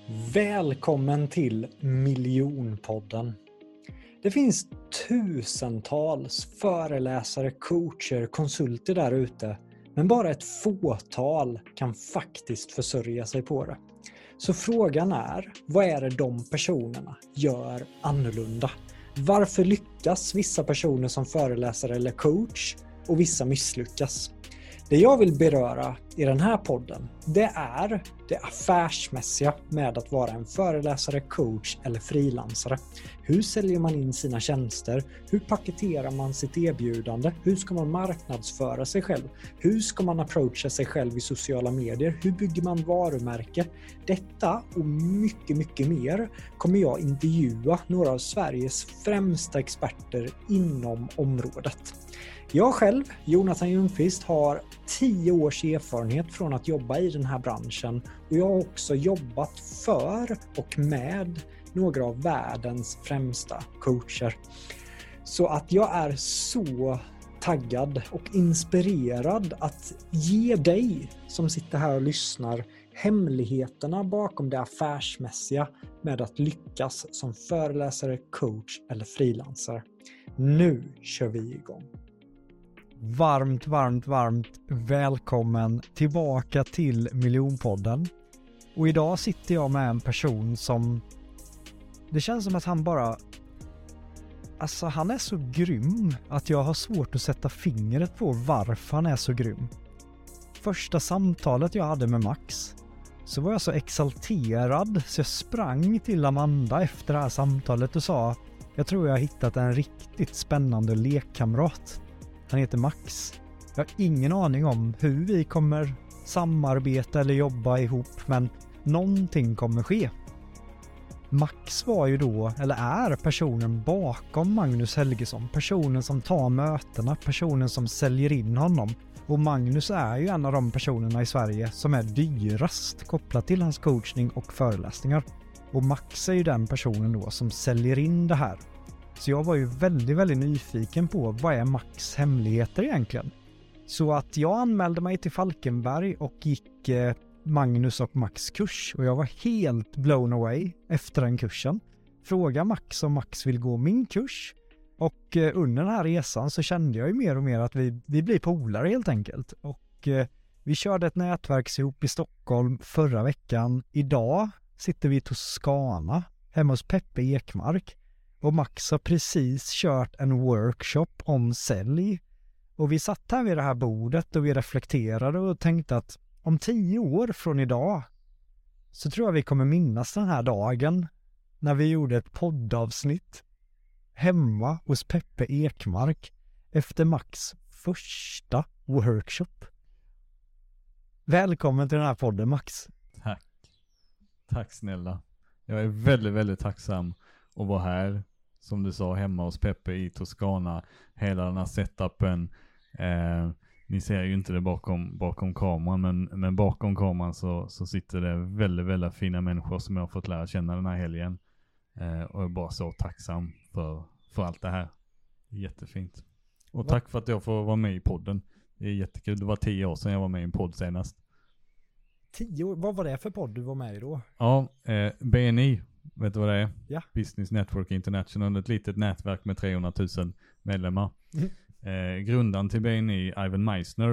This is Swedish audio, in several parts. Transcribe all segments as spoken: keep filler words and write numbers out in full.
Välkommen till Miljonpodden. Det finns tusentals föreläsare, coacher, konsulter där ute, men bara ett fåtal kan faktiskt försörja sig på det. Så frågan är, vad är det de personerna gör annorlunda? Varför lyckas vissa personer som föreläsare eller coach och vissa misslyckas? Det jag vill beröra i den här podden, det är det affärsmässiga med att vara en föreläsare, coach eller frilansare. Hur säljer man in sina tjänster? Hur paketerar man sitt erbjudande? Hur ska man marknadsföra sig själv? Hur ska man approacha sig själv i sociala medier? Hur bygger man varumärke? Detta och mycket, mycket mer kommer jag intervjua några av Sveriges främsta experter inom området. Jag själv, Jonathan Ljungqvist, har tio års erfarenhet från att jobba i den här branschen och jag har också jobbat för och med några av världens främsta coacher. Så att jag är så taggad och inspirerad att ge dig som sitter här och lyssnar hemligheterna bakom det affärsmässiga med att lyckas som föreläsare, coach eller frilansare. Nu kör vi igång. Varmt, varmt, varmt välkommen tillbaka till Miljonpodden. Och idag sitter jag med en person som... Det känns som att han bara... Alltså han är så grym att jag har svårt att sätta fingret på varför han är så grym. Första samtalet jag hade med Max så var jag så exalterad så jag sprang till Amanda efter det här samtalet och sa: jag tror jag har hittat en riktigt spännande lekkamrat. Han heter Max. Jag har ingen aning om hur vi kommer samarbeta eller jobba ihop, men någonting kommer ske. Max var ju då, eller är personen bakom Magnus Helgesson. Personen som tar mötena, personen som säljer in honom. Och Magnus är ju en av de personerna i Sverige som är dyrast kopplat till hans coachning och föreläsningar. Och Max är ju den personen då som säljer in det här. Så jag var ju väldigt, väldigt nyfiken på vad är Max hemligheter egentligen. Så att jag anmälde mig till Falkenberg och gick eh, Magnus och Max kurs. Och jag var helt blown away efter den kursen. Fråga Max om Max vill gå min kurs. Och eh, under den här resan så kände jag ju mer och mer att vi, vi blir polare helt enkelt. Och eh, vi körde ett nätverksihop i Stockholm förra veckan. Idag sitter vi i Toscana hemma hos Peppe Ekmark. Och Max har precis kört en workshop om sälj. Och vi satt här vid det här bordet och vi reflekterade och tänkte att om tio år från idag så tror jag vi kommer minnas den här dagen när vi gjorde ett poddavsnitt hemma hos Peppe Ekmark efter Max första workshop. Välkommen till den här podden, Max. Tack. Tack snälla. Jag är väldigt, väldigt tacksam att vara här. Som du sa, hemma hos Peppe i Toscana. Hela den här setupen. Eh, ni ser ju inte det bakom, bakom kameran. Men, men bakom kameran så, så sitter det väldigt, väldigt fina människor som jag har fått lära känna den här helgen. Eh, och jag är bara så tacksam för, för allt det här. Jättefint. Och tack för att jag får vara med i podden. Det är jättekul. Det var tio år sedan jag var med i en podd senast. Tio år? Vad var det för podd du var med i då? Ja, eh, B N I. Vet du vad det är? Ja. Business Network International, ett litet nätverk med trehundratusen medlemmar. Mm. Eh, grundaren till B N I, Ivan Meissner,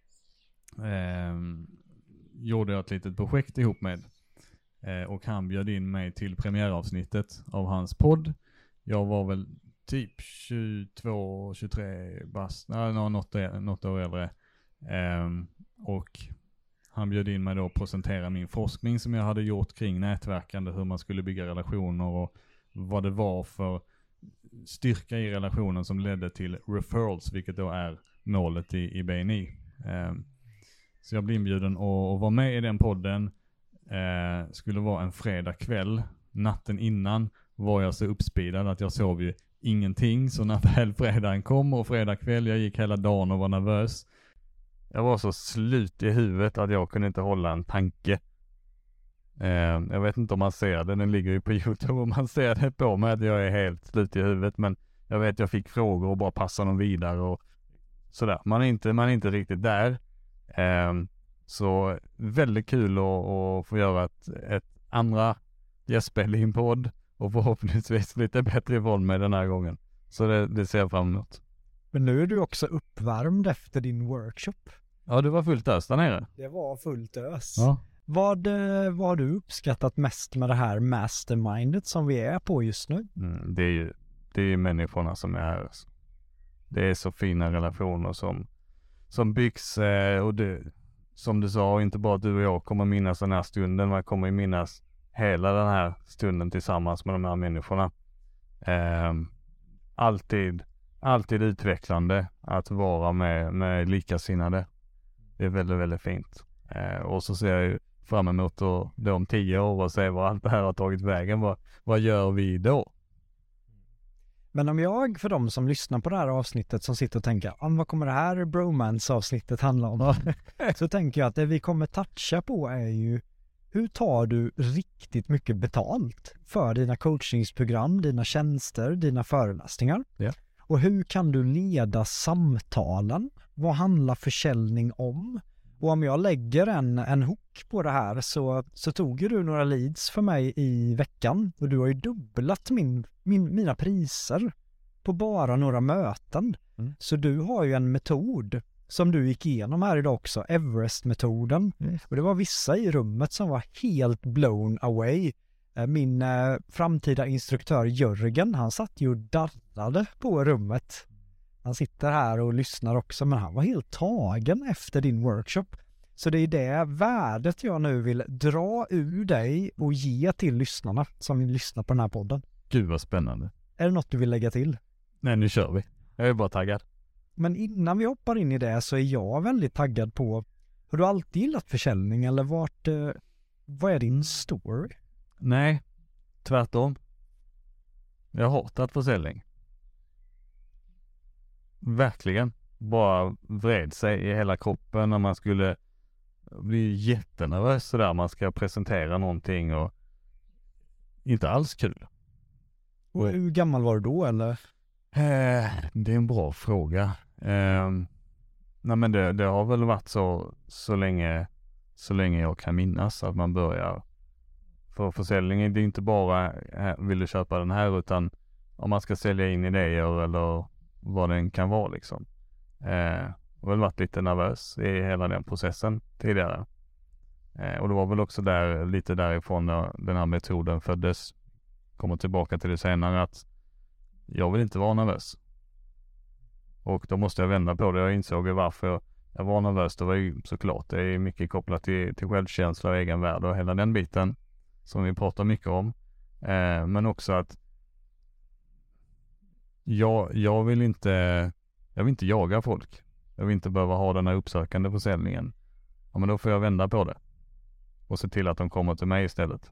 eh, gjorde jag ett litet projekt ihop med. Eh, och han bjöd in mig till premiäravsnittet av hans podd. Jag var väl typ tjugotvå, tjugotre bast, nej, något, något år äldre. Eh, och han bjöd in mig då att presentera min forskning som jag hade gjort kring nätverkande, hur man skulle bygga relationer och vad det var för styrka i relationen som ledde till referrals, vilket då är målet i, i B N I. Eh, så jag blev inbjuden att vara med i den podden. Eh, skulle vara en fredag kväll. Natten innan var jag så uppspeedad att jag sov ju ingenting. Så när väl fredagen kom och fredag kväll, jag gick hela dagen och var nervös. Jag var så slut i huvudet att jag kunde inte hålla en tanke. Eh, jag vet inte om man ser det, den ligger ju på YouTube och man ser det på mig att jag är helt slut i huvudet. Men jag vet jag fick frågor och bara passade dem vidare och sådär. Man är inte, man är inte riktigt där. Eh, så väldigt kul att, att få göra ett, ett andra gästspel i en podd och förhoppningsvis lite bättre ifrån mig den här gången. Så det, det ser jag fram emot. Men nu är du också uppvärmd efter din workshop. Ja, det var fullt ös där nere. Det var fullt ös. Ja. Vad, vad har du uppskattat mest med det här mastermindet som vi är på just nu? Mm, det är ju det är ju människorna som är här. Det är så fina relationer som, som byggs eh, och det, som du sa, inte bara du och jag kommer minnas den här stunden, man kommer minnas hela den här stunden tillsammans med de här människorna. Eh, alltid, alltid utvecklande att vara med, med likasinnade. Det är väldigt, väldigt fint. Eh, och så ser jag ju fram emot då, då om tio år och se vad allt det här har tagit vägen. Vad, vad gör vi då? Men om jag, för de som lyssnar på det här avsnittet som sitter och tänker, ah, vad kommer det här bromance-avsnittet handla om? Så tänker jag att det vi kommer toucha på är ju, hur tar du riktigt mycket betalt för dina coachningsprogram, dina tjänster, dina föreläsningar? Ja. Och hur kan du leda samtalen? Vad handlar försäljning om? Och om jag lägger en, en hook på det här så, så tog ju du några leads för mig i veckan. Och du har ju dubblat min, min, mina priser på bara några möten. Mm. Så du har ju en metod som du gick igenom här idag också, Everest-metoden. Mm. Och det var vissa i rummet som var helt blown away. Min eh, framtida instruktör Jörgen, han satt ju och darrade på rummet. Han sitter här och lyssnar också, men han var helt tagen efter din workshop. Så det är det värdet jag nu vill dra ur dig och ge till lyssnarna som vill lyssna på den här podden. Gud vad spännande. Är det något du vill lägga till? Nej, nu kör vi. Jag är bara taggad. Men innan vi hoppar in i det så är jag väldigt taggad på, har du alltid gillat försäljning eller vart, eh, vad är din story? Nej, tvärtom. Jag har hatat försäljning. Verkligen. Bara vred sig i hela kroppen när man skulle bli jättenervös sådär. Man ska presentera någonting och inte alls kul. Och hur gammal var du då eller? Eh, det är en bra fråga. Eh, nej men det, det har väl varit så, så länge, så länge jag kan minnas att man börjar. För försäljningen, det är inte bara vill du köpa den här, utan om man ska sälja in idéer eller vad den kan vara liksom. Eh, jag har väl varit lite nervös i hela den processen tidigare. Eh, och det var väl också där, lite därifrån när den här metoden föddes. Kommer tillbaka till det senare att jag vill inte vara nervös. Och då måste jag vända på det. Jag insåg varför jag, jag var nervös. Det var ju såklart, det är mycket kopplat till, till självkänsla och egenvärde och hela den biten som vi pratar mycket om. Eh, men också att jag, jag vill inte jag vill inte jaga folk. Jag vill inte behöva ha den här uppsökande försäljningen. Ja, men då får jag vända på det. Och se till att de kommer till mig istället.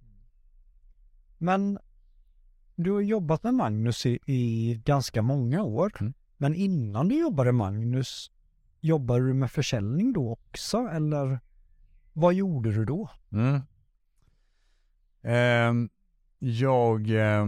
Men du har jobbat med Magnus i, i ganska många år. Mm. Men innan du jobbade med Magnus, jobbade du med försäljning då också? Eller vad gjorde du då? Mm. Eh, jag eh,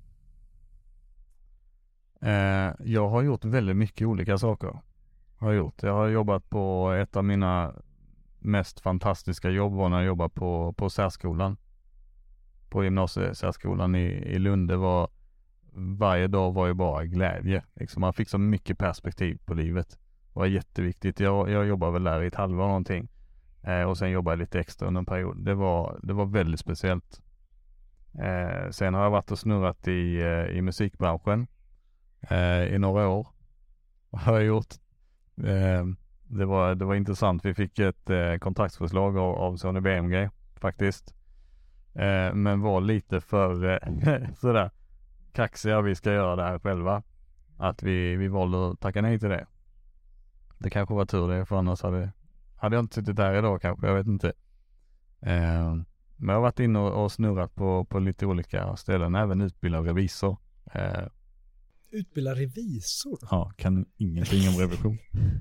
eh, jag har gjort väldigt mycket olika saker. Har jag gjort. Jag har jobbat på ett av mina mest fantastiska jobb var när jag jobbade på, på särskolan. På gymnasiesärskolan i, i Lund. Det var, varje dag var ju bara glädje. Liksom man fick så mycket perspektiv på livet. Det var jätteviktigt. Jag, jag jobbade väl där i ett halvår någonting. Eh, och sen jobbade jag lite extra under en period. Det var, det var väldigt speciellt. Eh, sen har jag varit och snurrat i, eh, i musikbranschen. Eh, I några år. Vad har jag gjort? Eh, det, var, det var intressant. Vi fick ett eh, kontraktsförslag av, av Sony B M G faktiskt. Eh, men var lite för eh, sådär kaxiga, vi ska göra det här själva. Att vi, vi valde att tacka nej till det. Det kanske var tur det, för annars hade, hade jag inte suttit där idag kanske, jag vet inte. Eh, men jag har varit inne och, och snurrat på, på lite olika ställen, även utbildad revisor. Eh, Utbildad revisor? Ja, kan ingenting om revision.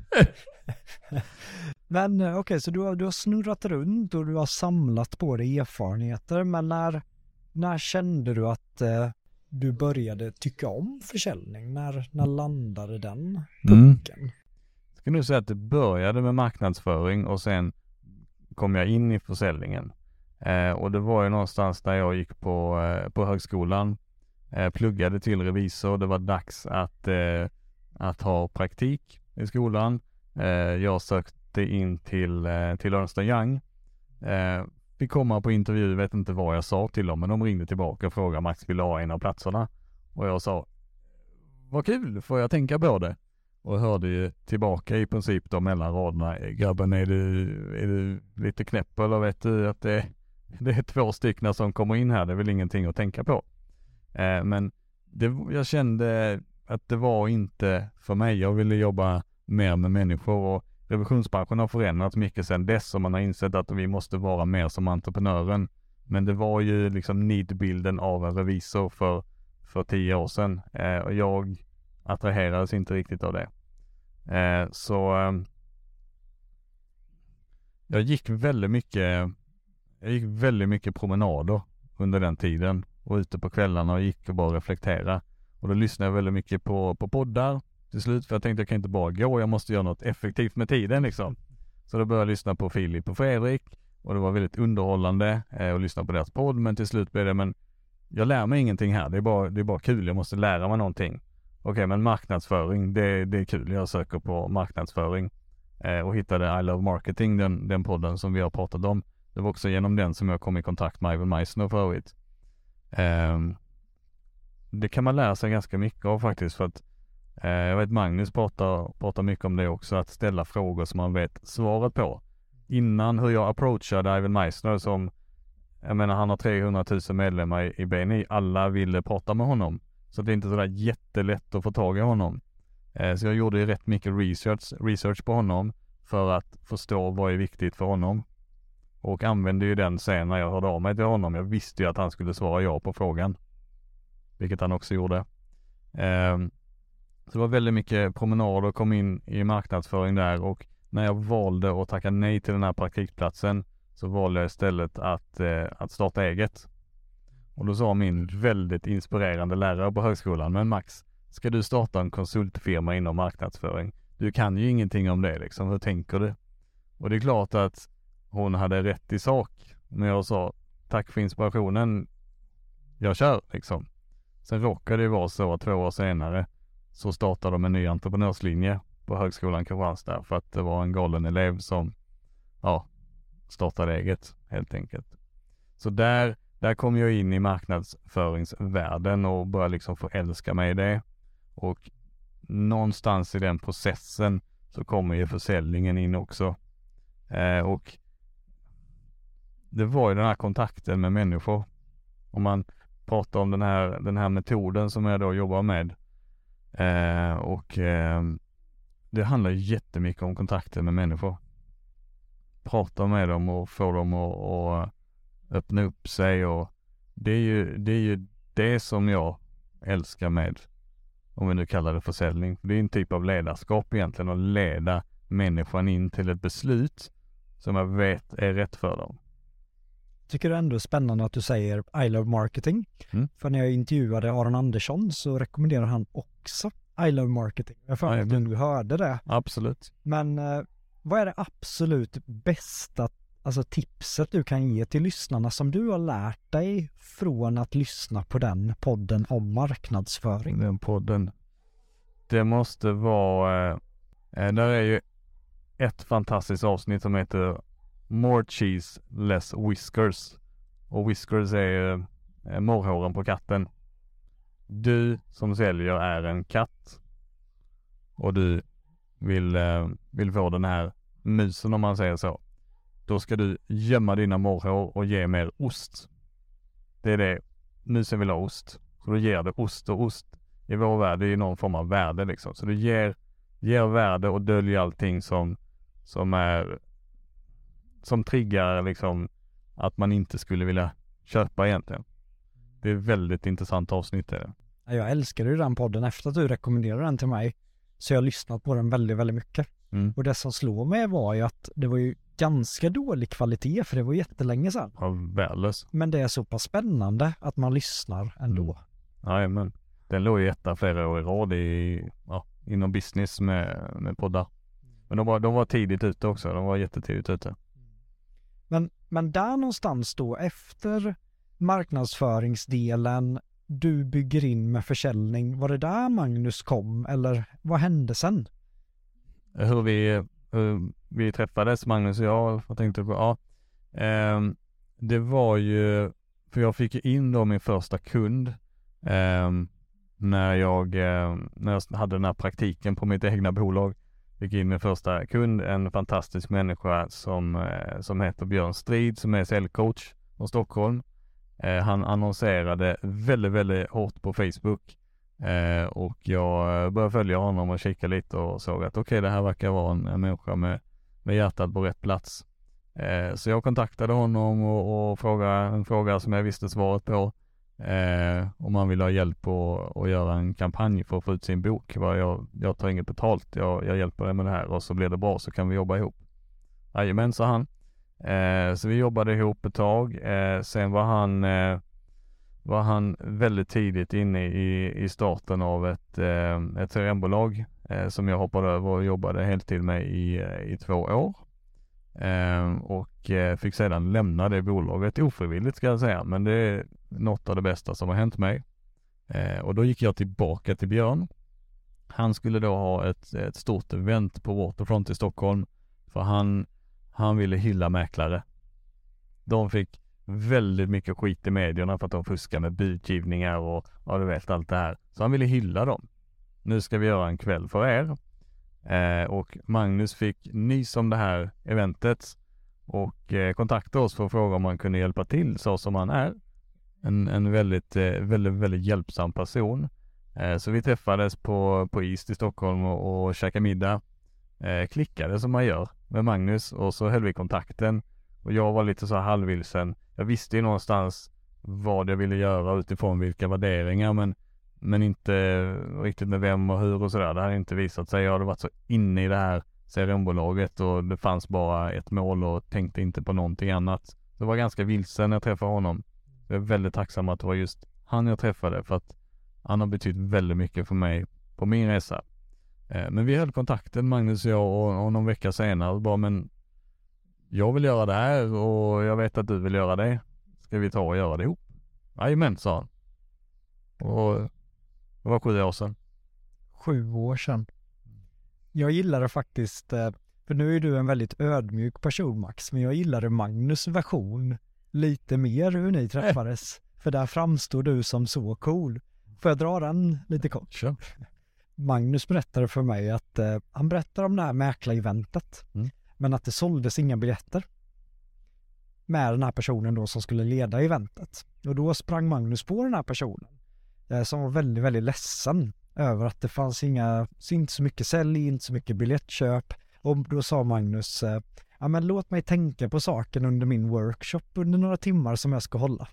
Men okej, okay, så du har, du har snurrat runt och du har samlat på dig erfarenheter, men när, när kände du att eh, du började tycka om försäljning? När, när landade den pucken? Mm. Jag ska nu säga att det började med marknadsföring och sen kom jag in i försäljningen. Eh, och det var ju någonstans där jag gick på, eh, på högskolan. Eh, pluggade till revisor. Det var dags att, eh, att ha praktik i skolan. Eh, jag sökte in till, eh, till Ernst and Young. Eh, fick komma på intervju, vet inte vad jag sa till dem, men de ringde tillbaka och frågade Max vill ha en av platserna. Och jag sa, vad kul, får jag tänka på det? Och hörde ju tillbaka i princip då mellan raderna, grabben är du, är du lite knäpp eller vet du att det, det är två stycken som kommer in här, det är väl ingenting att tänka på. Eh, men det, jag kände att det var inte för mig, jag ville jobba mer med människor och revisionsbranschen har förändrats mycket sedan dess och man har insett att vi måste vara mer som entreprenören. Men det var ju liksom nidbilden av en revisor för, för tio år sedan eh, och jag attraherades inte riktigt av det. Eh, så eh, jag gick väldigt mycket jag gick väldigt mycket promenader under den tiden och ute på kvällarna och gick och bara reflektera. Och då lyssnade jag väldigt mycket på, på poddar till slut för jag tänkte jag kan inte bara gå, jag måste göra något effektivt med tiden liksom. Så då började jag lyssna på Filip och Fredrik och det var väldigt underhållande eh, att lyssna på deras podd, men till slut blev det, men jag lär mig ingenting här, det är bara, det är bara kul, jag måste lära mig någonting. Okej, okay, men marknadsföring, det, det är kul. Jag söker på marknadsföring eh, och hittade I Love Marketing, den, den podden som vi har pratat om. Det var också genom den som jag kom i kontakt med Ivan Meissner för övrigt. Eh, det kan man lära sig ganska mycket av faktiskt, för att eh, jag vet Magnus pratar, pratar mycket om det också, att ställa frågor som man vet svaret på. Innan hur jag approachade Ivan Meissner som, jag menar han har trehundratusen medlemmar i, i B N I, alla ville prata med honom. Så det är inte sådär jättelätt att få tag i honom. Eh, så jag gjorde ju rätt mycket research, research på honom för att förstå vad är viktigt för honom. Och använde ju den sen när jag hörde av mig till honom. Jag visste ju att han skulle svara ja på frågan. Vilket han också gjorde. Eh, så det var väldigt mycket promenader och kom in i marknadsföring där. Och när jag valde att tacka nej till den här praktikplatsen så valde jag istället att, eh, att starta eget. Och då sa min väldigt inspirerande lärare på högskolan, men Max, ska du starta en konsultfirma inom marknadsföring? Du kan ju ingenting om det liksom, hur tänker du? Och det är klart att hon hade rätt i sak, men jag sa, tack för inspirationen, jag kör liksom. Sen råkade det vara så att två år senare så startade de en ny entreprenörslinje på högskolan Kristianstad för att det var en galen elev som ja, startade eget helt enkelt. Så där Där kom jag in i marknadsföringsvärlden och började liksom förälska mig i det. Och någonstans i den processen så kommer ju försäljningen in också. Eh, och det var ju den här kontakten med människor. Om man pratar om den här, den här metoden som jag då jobbar med. Eh, och eh, det handlar jättemycket om kontakter med människor. Prata med dem och få dem att, att öppna upp sig, och det är ju det är ju det som jag älskar med, om vi nu kallar det försäljning. Det är en typ av ledarskap egentligen, att leda människan in till ett beslut som jag vet är rätt för dem. Tycker du ändå är spännande att du säger I Love Marketing? Mm. För när jag intervjuade Aron Andersson så rekommenderar han också I Love Marketing. Jag får att du nu hörde det. Absolut. Men eh, vad är det absolut bästa, alltså tipset du kan ge till lyssnarna som du har lärt dig från att lyssna på den podden om marknadsföring? Den podden. Det måste vara, eh, där är ju ett fantastiskt avsnitt som heter More Cheese, Less Whiskers. Och whiskers är eh, morrhåren på katten. Du som säljer är en katt. Och du vill, eh, vill få den här musen, om man säger så. Då ska du gömma dina morrhår och ge mer ost. Det är det. Musen vill ha ost. Så då ger det ost, och ost i vår värld, det är någon form av värde liksom. Så du ger, ger värde och döljer allting som, som är som triggar liksom att man inte skulle vilja köpa egentligen. Det är väldigt intressant avsnitt det. Jag älskade ju den podden efter att du rekommenderade den till mig. Så jag har lyssnat på den väldigt, väldigt mycket. Mm. Och det som slår mig var ju att det var ju ganska dålig kvalitet, för det var jättelänge sedan. Ja, värdelös. Men det är så pass spännande att man lyssnar ändå. Mm. Ja, men den låg ju etta flera år i rad i, ja, inom business med, med poddar. Men de var, de var tidigt ute också. De var jättetidigt ute. Men, men där någonstans då efter marknadsföringsdelen, du bygger in med försäljning, var det där Magnus kom eller vad hände sen? Hur vi, hur vi träffades, Magnus och jag, vad tänkte du på? Ja, eh, det var ju, för jag fick in då min första kund eh, när, jag, eh, när jag hade den här praktiken på mitt egna bolag. Fick in min första kund, en fantastisk människa som, eh, som heter Björn Strid, som är säljcoach från Stockholm. Eh, han annonserade väldigt, väldigt hårt på Facebook. Eh, och jag började följa honom och kika lite och såg att okej, okay, det här verkar vara en, en människa med, med hjärtat på rätt plats. Eh, så jag kontaktade honom och, och frågade en fråga som jag visste svaret på. Eh, om han ville ha hjälp att göra en kampanj för att få ut sin bok. Jag, jag tar inget betalt, jag, jag hjälper dig med det här och så blir det bra så kan vi jobba ihop. Jajamän, sa han. Eh, så vi jobbade ihop ett tag. Eh, sen var han, eh, var han väldigt tidigt inne i, i starten av ett, eh, ett C R M-bolag eh, som jag hoppade över och jobbade heltid med i, i två år. Eh, och eh, fick sedan lämna det bolaget ofrivilligt, ska jag säga, men det är något av det bästa som har hänt mig. Eh, och då gick jag tillbaka till Björn. Han skulle då ha ett, ett stort event på Waterfront i Stockholm, för han, han ville hylla mäklare. De fick väldigt mycket skit i medierna för att de fuskar med budgivningar och ja, du vet allt det här. Så han ville hylla dem. Nu ska vi göra en kväll för er. Eh, och Magnus fick nys om det här eventet och eh, kontaktade oss för att fråga om han kunde hjälpa till så som han är. En, en väldigt, eh, väldigt, väldigt hjälpsam person. Eh, så vi träffades på, på East i Stockholm och, och käkade middag. Eh, klickade som man gör med Magnus och så höll vi kontakten. Och jag var lite så här halvvilsen. Jag visste ju någonstans vad jag ville göra utifrån vilka värderingar, men Men inte riktigt med vem och hur och sådär. Det hade inte visat sig. Jag hade varit så inne i det här C R M-bolaget och det fanns bara ett mål och tänkte inte på någonting annat. Det var ganska vilsen när jag träffade honom. Jag är väldigt tacksam att det var just han jag träffade, för att han har betytt väldigt mycket för mig på min resa. Men vi höll kontakten, Magnus och jag, och, och någon vecka senare bara, men jag vill göra det här och jag vet att du vill göra det. Ska vi ta och göra det ihop? Jajamän, sa han. Och det var sju år sedan. Sju år sedan. Jag gillade faktiskt, för nu är du en väldigt ödmjuk person, Max, men jag gillade Magnus version lite mer hur ni träffades. Äh. För där framstår du som så cool. Får jag dra den lite kort? Sure. Magnus berättade för mig att eh, han berättade om det här mäkla-eventet, mm. men att det såldes inga biljetter med den här personen då som skulle leda eventet. Och då sprang Magnus på den här personen som var väldigt, väldigt ledsen över att det fanns inga, inte så mycket sälj, inte så mycket biljettköp. Och då sa Magnus, ja men låt mig tänka på saken under min workshop under några timmar som jag ska hålla.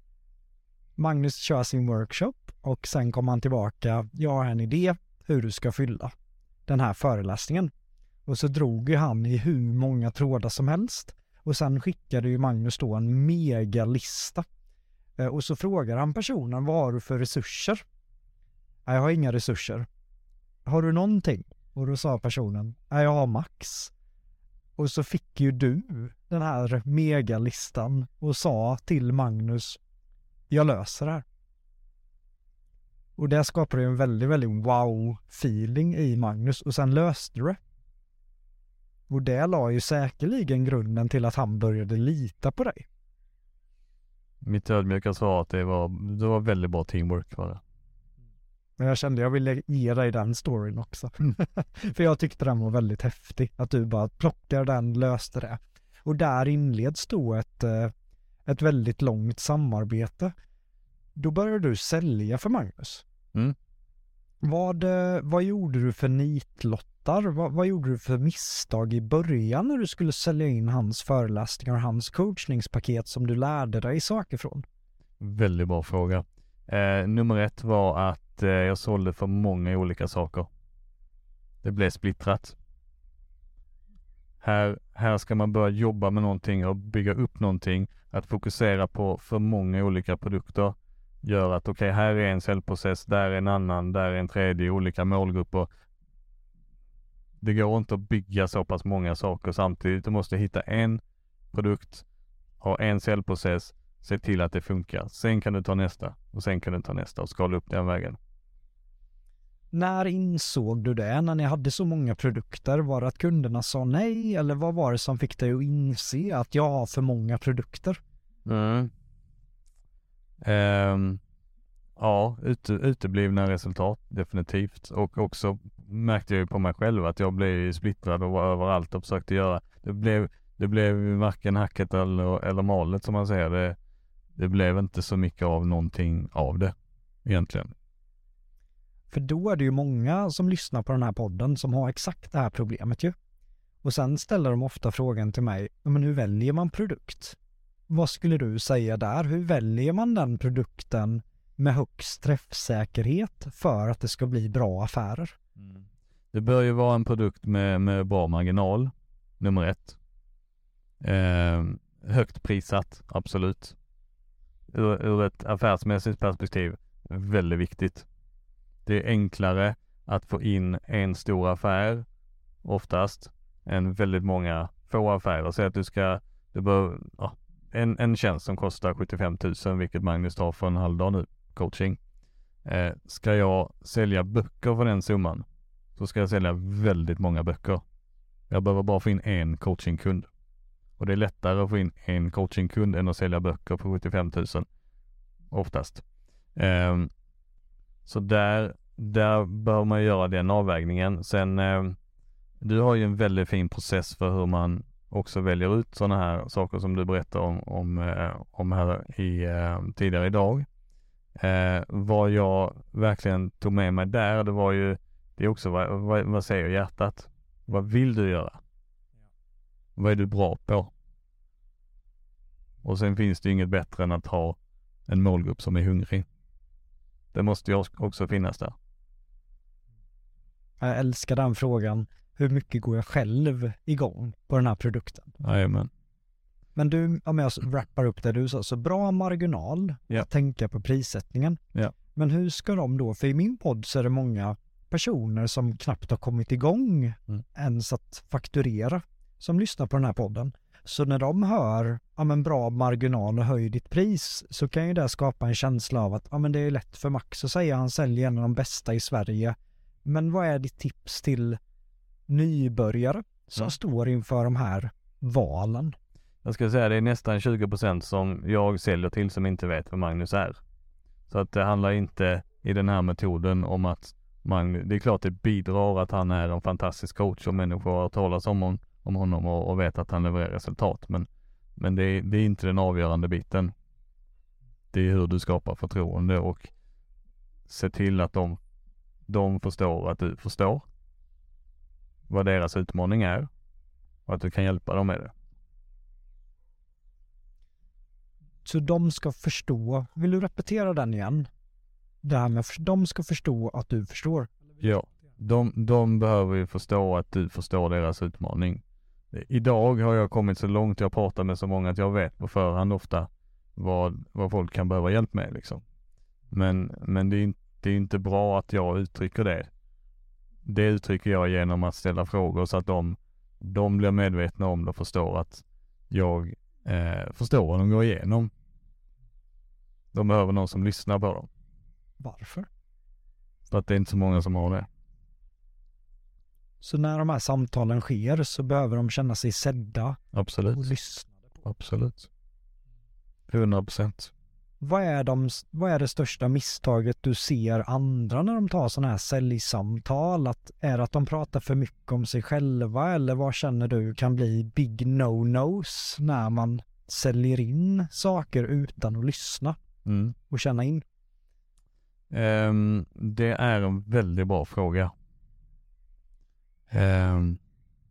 Magnus kör sin workshop och sen kommer han tillbaka, jag har en idé hur du ska fylla den här föreläsningen. Och så drog ju han i hur många trådar som helst. Och sen skickade ju Magnus då en mega lista. Och så frågar han personen, vad har du för resurser? Nej, jag har inga resurser. Har du någonting? Och då sa personen, nej, jag har max. Och så fick ju du den här megalistan och sa till Magnus, jag löser det här. Och det skapade en väldigt, väldigt wow-feeling i Magnus. Och sen löste du det. Och det la ju säkerligen grunden till att han började lita på dig. Mitt ödmjuka svar att det var, det var väldigt bra teamwork var det. Men jag kände jag ville ge dig den storyn också. För jag tyckte den var väldigt häftig. Att du bara plockade den, löste det. Och där inleds då ett, ett väldigt långt samarbete. Då började du sälja för Magnus. Mm. Vad, vad gjorde du för nitlottar? Vad, vad gjorde du för misstag i början när du skulle sälja in hans föreläsningar och hans coachningspaket som du lärde dig saker från? Väldigt bra fråga. Eh, nummer ett var att eh, jag sålde för många olika saker. Det blev splittrat. Här, här ska man börja jobba med någonting och bygga upp någonting. Att fokusera på för många olika produkter gör att okej, okay, här är en säljprocess, där är en annan, där är en tredje, olika målgrupper. Det går inte att bygga så pass många saker samtidigt. Du måste hitta en produkt, ha en säljprocess, se till att det funkar. Sen kan du ta nästa och sen kan du ta nästa och skala upp den vägen. När insåg du det? När ni hade så många produkter, var det att kunderna sa nej eller vad var det som fick dig att inse att jag har för många produkter? Mm. Um, ja, ute, uteblivna resultat definitivt, och också märkte jag ju på mig själv att jag blev splittrad och var överallt och försökte göra. Det blev, det blev varken hacket eller, eller malet som man säger. Det, det blev inte så mycket av någonting av det egentligen. För då är det ju många som lyssnar på den här podden som har exakt det här problemet ju. Och sen ställer de ofta frågan till mig, men hur väljer man produkt? Vad skulle du säga där? Hur väljer man den produkten med högst träffsäkerhet för att det ska bli bra affärer? Mm. Det bör ju vara en produkt med, med bra marginal, nummer ett. Eh, högt prissatt, absolut. Ur, ur ett affärsmässigt perspektiv, väldigt viktigt. Det är enklare att få in en stor affär oftast än väldigt många få affärer. Så att du ska, du bör, ja, en, en tjänst som kostar sjuttiofem tusen, vilket Magnus tar för en halvdag nu, coaching. Eh, ska jag sälja böcker för den summan, så ska jag sälja väldigt många böcker. Jag behöver bara få in en coachingkund. Och det är lättare att få in en coachingkund än att sälja böcker för sjuttiofem tusen. Oftast. Eh, så där, där bör man göra den avvägningen. Sen, eh, du har ju en väldigt fin process för hur man också väljer ut sådana här saker som du berättar om, om, eh, om här i, eh, tidigare idag. Eh, vad jag verkligen tog med mig där, det var ju, det är också vad, vad, vad säger hjärtat? Vad vill du göra? Vad är du bra på? Och sen finns det ju inget bättre än att ha en målgrupp som är hungrig. Det måste ju också finnas där. Jag älskar den frågan. Hur mycket går jag själv igång på den här produkten? Jajamän. Men du, om jag wrappar upp det du sa, så bra marginal Ja. att tänka på prissättningen. Ja. Men hur ska de då, för i min podd så är det många personer som knappt har kommit igång mm. ens att fakturera, som lyssnar på den här podden. Så när de hör ja, men bra marginal och höj ditt pris, så kan ju det skapa en känsla av att ja, men det är lätt för Max att säga, han säljer en av de bästa i Sverige. Men vad är ditt tips till nybörjare som mm. står inför de här valen? Jag ska säga det är nästan tjugo procent som jag säljer till som inte vet vad Magnus är. Så att det handlar inte i den här metoden om att Magnus, det är klart det bidrar att han är en fantastisk coach och människor har talat om, hon, om honom och, och vet att han levererar resultat. Men, men det, är, det är inte den avgörande biten. Det är hur du skapar förtroende och se till att de, de förstår att du förstår vad deras utmaning är och att du kan hjälpa dem med det. Så de ska förstå, vill du repetera den igen? Det här med att de ska förstå att du förstår. Ja, de, de behöver ju förstå att du förstår deras utmaning. Idag har jag kommit så långt, jag pratar med så många att jag vet på förhand ofta vad, vad folk kan behöva hjälp med liksom. Men, men det är, det är inte bra att jag uttrycker det. Det uttrycker jag genom att ställa frågor så att de, de blir medvetna om det och förstår att jag eh, förstår vad de går igenom. De behöver någon som lyssnar på dem. Varför? För att det är inte så många som har det. Så när de här samtalen sker så behöver de känna sig sedda. Absolut. Och lyssna. Absolut. hundra procent. Vad är, de, vad är det största misstaget du ser andra när de tar sådana här säljsamtal? Att, är det att de pratar för mycket om sig själva, eller vad känner du kan bli big no-nos när man säljer in saker utan att lyssna Mm. och känna in? Um, det är en väldigt bra fråga. Um,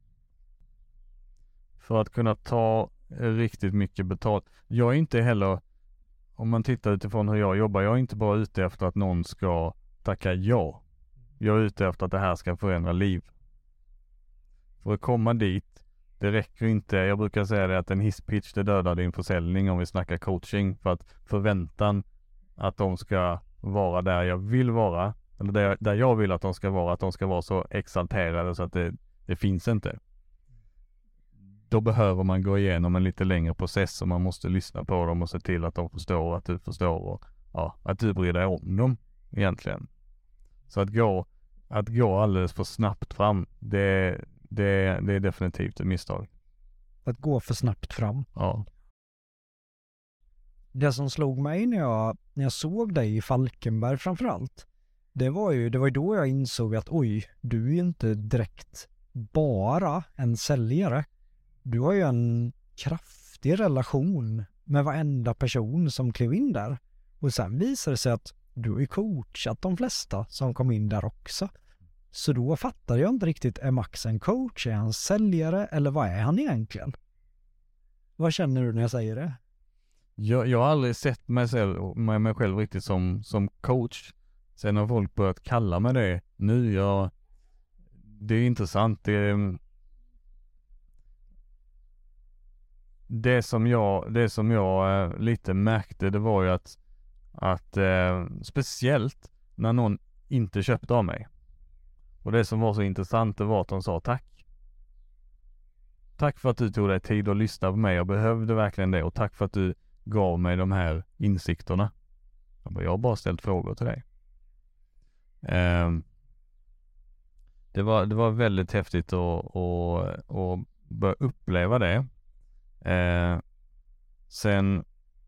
för att kunna ta riktigt mycket betalt. Jag är inte heller, om man tittar utifrån hur jag jobbar, jag är inte bara ute efter att någon ska tacka ja. Jag är ute efter att det här ska förändra liv. För att komma dit, det räcker inte. Jag brukar säga det att en hisspitch, det dödar din försäljning om vi snackar coaching. För att förväntan att de ska vara där jag vill vara, eller där, där jag vill att de ska vara, att de ska vara så exalterade så att det, det finns inte. då behöver man gå igenom en lite längre process och man måste lyssna på dem och se till att de förstår att du förstår och ja, att du bryr dig om dem egentligen. Så att gå, att gå alldeles för snabbt fram, det, det, det är definitivt ett misstag. Att gå för snabbt fram. Ja. Det som slog mig när jag, när jag såg dig i Falkenberg framförallt, det var ju det var ju då jag insåg att oj, du är ju inte direkt bara en säljare. Du har ju en kraftig relation med varenda person som klev in där. Och sen visade det sig att du har ju coachat de flesta som kom in där också. Så då fattade jag inte riktigt, är Max en coach? Är han säljare? Eller vad är han egentligen? Vad känner du när jag säger det? Jag, jag har aldrig sett mig själv, mig själv riktigt som, som coach. Sen har folk börjat kalla mig det. Nu, jag, det är intressant. Det, det som jag, det som jag eh, lite märkte, det var ju att, att eh, speciellt när någon inte köpte av mig. Och det som var så intressant, det var att de sa tack. Tack för att du tog dig tid att lyssna på mig. Jag behövde verkligen det. Och tack för att du gav mig de här insikterna. Jag, bara, jag har bara ställt frågor till dig. Eh, det, var, det var väldigt häftigt att, att, att börja uppleva det. Eh, sen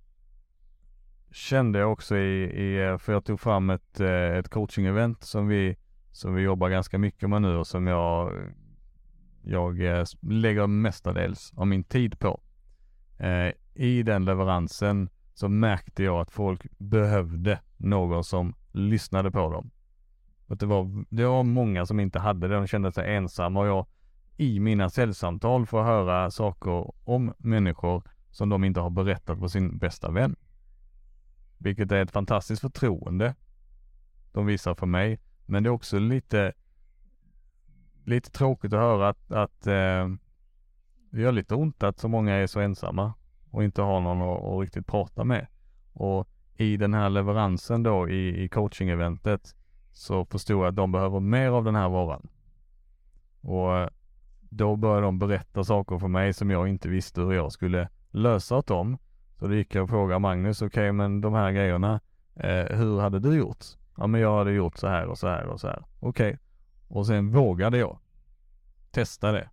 kände jag också i, i för jag tog fram ett, ett coaching-event som vi, som vi jobbar ganska mycket med nu och som jag, jag lägger mestadels av min tid på. Eh, I den leveransen så märkte jag att folk behövde någon som lyssnade på dem. Att det, var, det var många som inte hade det, de kände sig ensamma och jag i mina säljsamtal får höra saker om människor som de inte har berättat för sin bästa vän. Vilket är ett fantastiskt förtroende de visar för mig. Men det är också lite lite tråkigt att höra att, att eh, det gör lite ont att så många är så ensamma och inte har någon att, att riktigt prata med. Och i den här leveransen då i, i coaching-eventet så förstod jag att de behöver mer av den här varan. Och då började de berätta saker för mig som jag inte visste hur jag skulle lösa åt dem. Så då gick jag och frågade Magnus, okej okay, men de här grejerna, eh, hur hade du gjort? Ja men jag hade gjort så här och så här och så här. Okej. Okay. Och sen vågade jag testa det.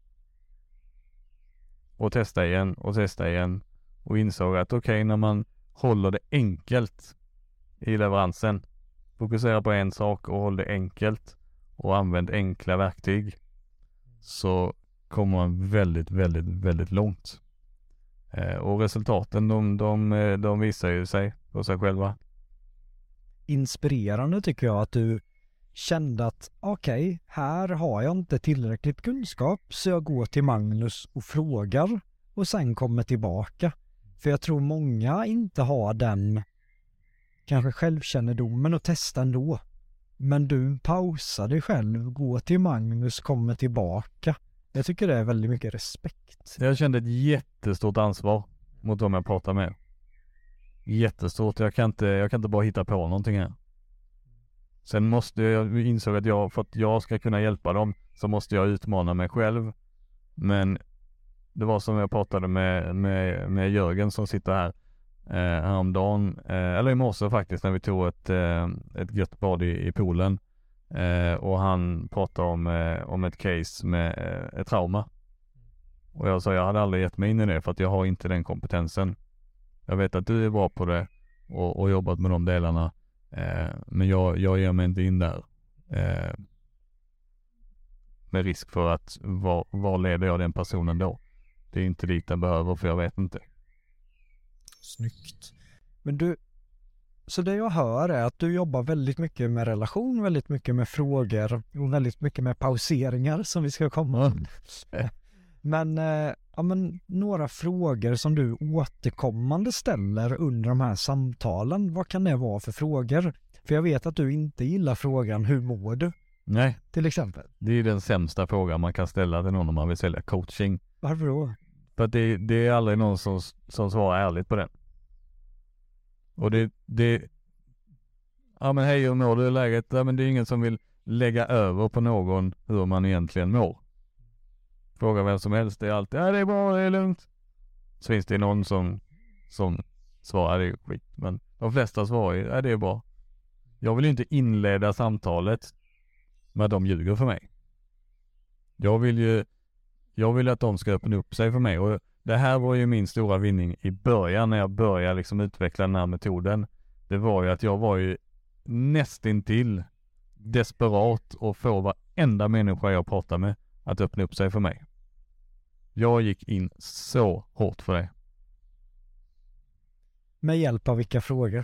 Och testa igen och testa igen. Och insåg att okej okay, när man håller det enkelt i leveransen. Fokusera på en sak och håll det enkelt. Och använd enkla verktyg. Så kommer man väldigt, väldigt, väldigt långt. Eh, och resultaten de, de, de visar ju sig på sig själva. Inspirerande tycker jag att du kände att okej, okay, här har jag inte tillräckligt kunskap så jag går till Magnus och frågar och sen kommer tillbaka. För jag tror många inte har den kanske självkännedomen och testa ändå. Men du pausar dig själv, går till Magnus, kommer tillbaka. Jag tycker det är väldigt mycket respekt. Jag kände ett jättestort ansvar mot dem jag pratar med. Jättestort. Jag kan inte, jag kan inte bara hitta på någonting här. Sen måste jag insåg att jag, för att jag ska kunna hjälpa dem så måste jag utmana mig själv. Men det var som jag pratade med, med, med Jörgen som sitter här eh, häromdagen, eh, eller i morse faktiskt när vi tog ett, eh, ett gött bad i, i poolen. Eh, och han pratade om, eh, om ett case med eh, ett trauma. Och jag sa jag hade aldrig gett mig in i det för att jag har inte den kompetensen. Jag vet att du är bra på det och, och jobbat med de delarna. Eh, men jag, jag ger mig inte in där. Eh, med risk för att var, var leder jag den personen då? Det är inte dit den behöver för jag vet inte. Snyggt. Men du, så det jag hör är att du jobbar väldigt mycket med relation, väldigt mycket med frågor och väldigt mycket med pauseringar som vi ska komma. Mm. Men, eh, ja, men några frågor som du återkommande ställer under de här samtalen, vad kan det vara för frågor? För jag vet att du inte gillar frågan hur mår du? Nej. Till exempel. Det är den sämsta frågan man kan ställa till någon om man vill sälja coaching. Varför då? För att det, det är aldrig någon som, som svarar ärligt på den. Och det, det ja men hej hur mår du i läget? Ja men det är ingen som vill lägga över på någon hur man egentligen mår. Fråga vem som helst, det är alltid, ja det är bra, det är lugnt. Så finns det någon som, som svarar, det är skit. Men de flesta svarar, ja det är bra. Jag vill ju inte inleda samtalet med att de ljuger för mig. Jag vill ju, jag vill att de ska öppna upp sig för mig. Och det här var ju min stora vinning i början när jag började liksom utveckla den här metoden. Det var ju att jag var ju nästintill desperat och få varenda människa jag pratar med att öppna upp sig för mig. Jag gick in så hårt för det. Med hjälp av vilka frågor?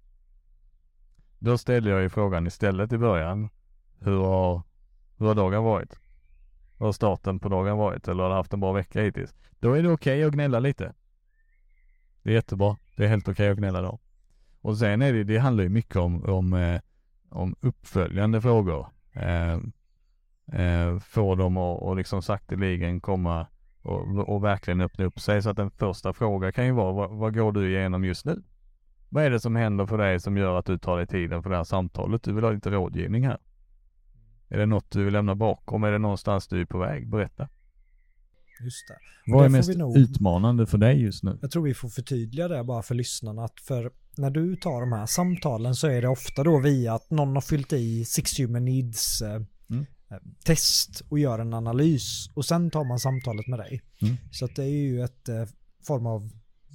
Då ställde jag ju frågan istället i början. Hur har, hur har dagen varit? Hur har starten på dagen varit? Eller har du haft en bra vecka hittills? Då är det okej okay att gnälla lite. Det är jättebra. Det är helt okej okay att gnälla då. Och sen är det, det handlar ju mycket om, om, eh, om uppföljande frågor. Eh, eh, få dem att och liksom sakteligen komma och, och verkligen öppna upp sig. Så att den första frågan kan ju vara, vad, vad går du igenom just nu? Vad är det som händer för dig som gör att du tar dig tiden för det här samtalet? Du vill ha lite rådgivning här. Är det något du vill lämna bakom? Är det någonstans du är på väg? Berätta. Just det. Vad är mest nog, utmanande för dig just nu? Jag tror vi får förtydliga det bara för lyssnarna. Att för när du tar de här samtalen så är det ofta då via att någon har fyllt i Six Human Needs eh, mm. test och gör en analys. Och sen tar man samtalet med dig. Mm. Så att det är ju ett eh, form av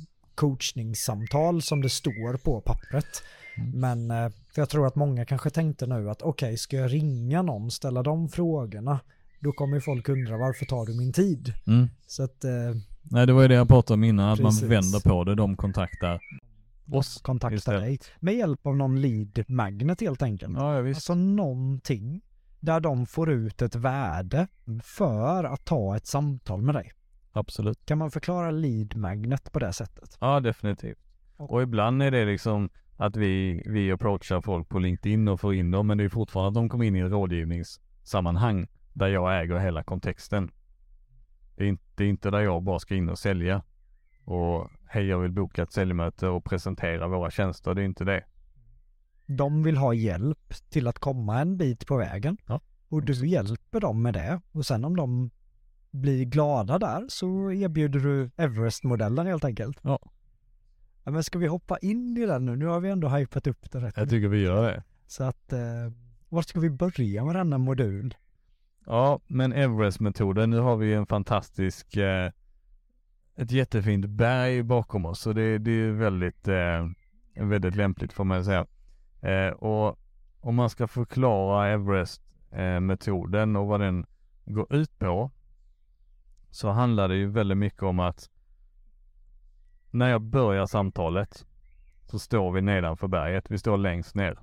coachningssamtal som det står på pappret. Mm. Men eh, för jag tror att många kanske tänkte nu att okej, okay, ska jag ringa någon, ställa de frågorna, då kommer ju folk undra varför tar du min tid? Mm. Så att eh, nej, det var ju det jag pratade om innan, att precis. Man vänder på det, de kontaktar oss. Kontaktar dig med hjälp av någon lead magnet helt enkelt. Ja, ja, visst. Alltså någonting där de får ut ett värde för att ta ett samtal med dig. Absolut. Kan man förklara lead magnet på det sättet? Ja, definitivt. Och, och ibland är det liksom att vi, vi approachar folk på LinkedIn och får in dem, men det är fortfarande att de kommer in i en rådgivningssammanhang där jag äger hela kontexten. Det är inte, det är inte där jag bara ska in och sälja och hej, jag vill boka ett säljmöte och presentera våra tjänster. Det är inte det. De vill ha hjälp till att komma en bit på vägen. Ja. Och du hjälper dem med det. Och sen om de blir glada där så erbjuder du Everest-modellen helt enkelt. Ja. Ja, men ska vi hoppa in i den nu? Nu har vi ändå hypat upp det rätt. Jag tycker vi gör det. Så att, eh, var ska vi börja med denna modul? Ja, men Everest-metoden, nu har vi en fantastisk, eh, ett jättefint berg bakom oss. Så det, det är väldigt, eh, väldigt lämpligt får man säga. Eh, och om man ska förklara Everest-metoden och vad den går ut på, så handlar det ju väldigt mycket om att när jag börjar samtalet så står vi nedanför berget. Vi står längst ner.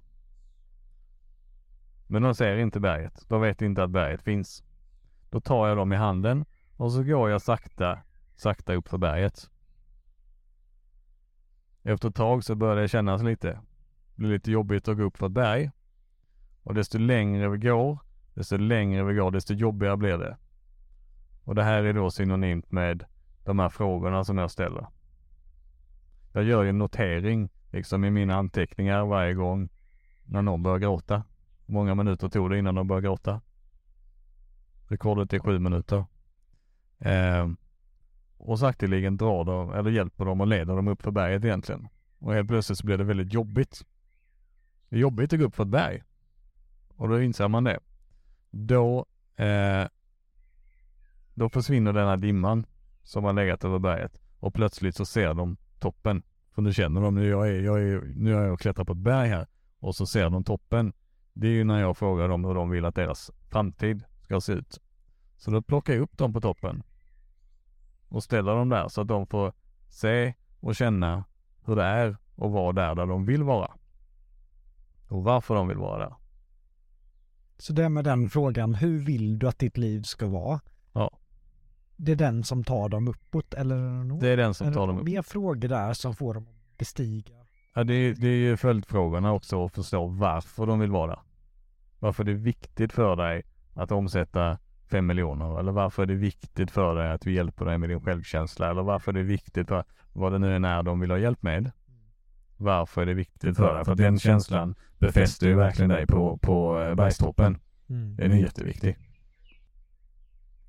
Men de ser inte berget. De vet inte att berget finns. Då tar jag dem i handen och så går jag sakta, sakta upp för berget. Efter ett tag så börjar det kännas lite. Det blir lite jobbigt att gå upp för ett berg. Och desto längre vi går, desto längre vi går, desto jobbigare blir det. Och det här är då synonymt med de här frågorna som jag ställer. Jag gör ju en notering liksom i mina anteckningar varje gång när någon börjar gråta. Många minuter tog det innan de började gråta. Rekordet är sju minuter. Eh, och sakteligen drar de, eller hjälper dem och leder dem upp för berget egentligen. Och helt plötsligt så blir det väldigt jobbigt. Det är jobbigt att gå upp för ett berg. Och då inser man det. Då, eh, då försvinner den här dimman som har legat över berget. Och plötsligt så ser de toppen. För nu känner de, nu jag är, jag är, nu är jag klättrat på ett berg här. Och så ser de toppen. Det är ju när jag frågar dem hur de vill att deras framtid ska se ut. Så då plockar jag upp dem på toppen. Och ställer dem där så att de får se och känna hur det är att vara där där de vill vara. Och varför de vill vara där. Så det med den frågan, hur vill du att ditt liv ska vara? Ja. Det är den som tar dem uppåt eller? Det är den som tar dem uppåt. Mer frågor där som får dem att bestiga. Ja, det är, det är ju följdfrågorna också att förstå varför de vill vara där. Varför det är viktigt för dig att omsätta fem miljoner. Eller varför är det viktigt för dig att vi hjälper dig med din självkänsla. Eller varför är det viktigt för vad det nu är när de vill ha hjälp med. Varför är det viktigt för dig? För att den känslan befäster ju verkligen dig på, på bergstoppen. Mm. Den är jätteviktig.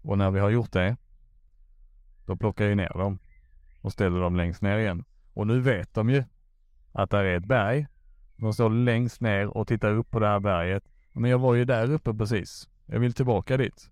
Och när vi har gjort det, då plockar jag ner dem och ställer dem längst ner igen. Och nu vet de ju att det är ett berg. De står längst ner och tittar upp på det här berget. Men jag var ju där uppe precis. Jag vill tillbaka dit.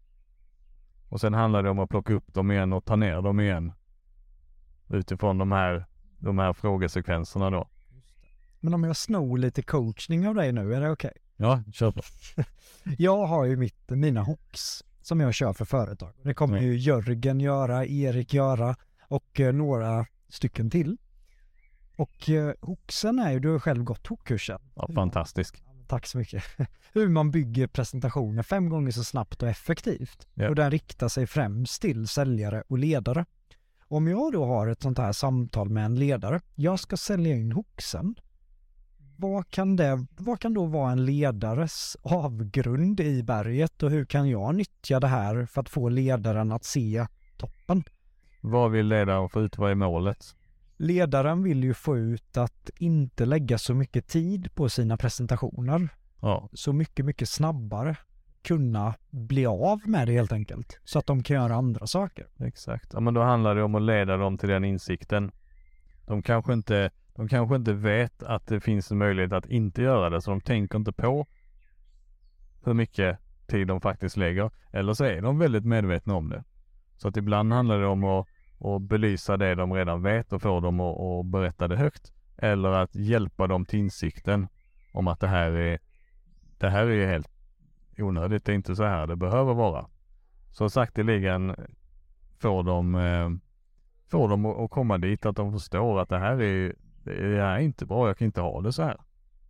Och sen handlar det om att plocka upp dem igen och ta ner dem igen. Utifrån de här, de här frågesekvenserna då. Men om jag snor lite coachning av dig nu, är det okej? Okay? Ja, kör på. Jag har ju mitt, mina hooks som jag kör för företag. Det kommer mm. ju Jörgen göra, Erik göra och eh, några stycken till. Och eh, hooksen är ju, du har själv gått hookkursen. Ja, fantastisk. Tack så mycket. Hur man bygger presentationer fem gånger så snabbt och effektivt. Yep. Och den riktar sig främst till säljare och ledare. Om jag då har ett sånt här samtal med en ledare, jag ska sälja in hooksen. Vad kan, det, vad kan då vara en ledares avgrund i berget och hur kan jag nyttja det här för att få ledaren att se toppen? Vad vill ledaren få ut? Vad är målet? Ledaren vill ju få ut att inte lägga så mycket tid på sina presentationer. Ja. Så mycket, mycket snabbare kunna bli av med det helt enkelt. Så att de kan göra andra saker. Exakt. Ja, men då handlar det om att leda dem till den insikten. De kanske inte, de kanske inte vet att det finns en möjlighet att inte göra det. Så de tänker inte på hur mycket tid de faktiskt lägger. Eller så är de väldigt medvetna om det. Så att ibland handlar det om att och belysa det de redan vet och få dem att, att berätta det högt. Eller att hjälpa dem till insikten om att det här är det här är helt onödigt. Det är inte så här det behöver vara. Så sakteligen får de eh, får dem att komma dit att de förstår att det här är det är inte bra. Jag kan inte ha det så här.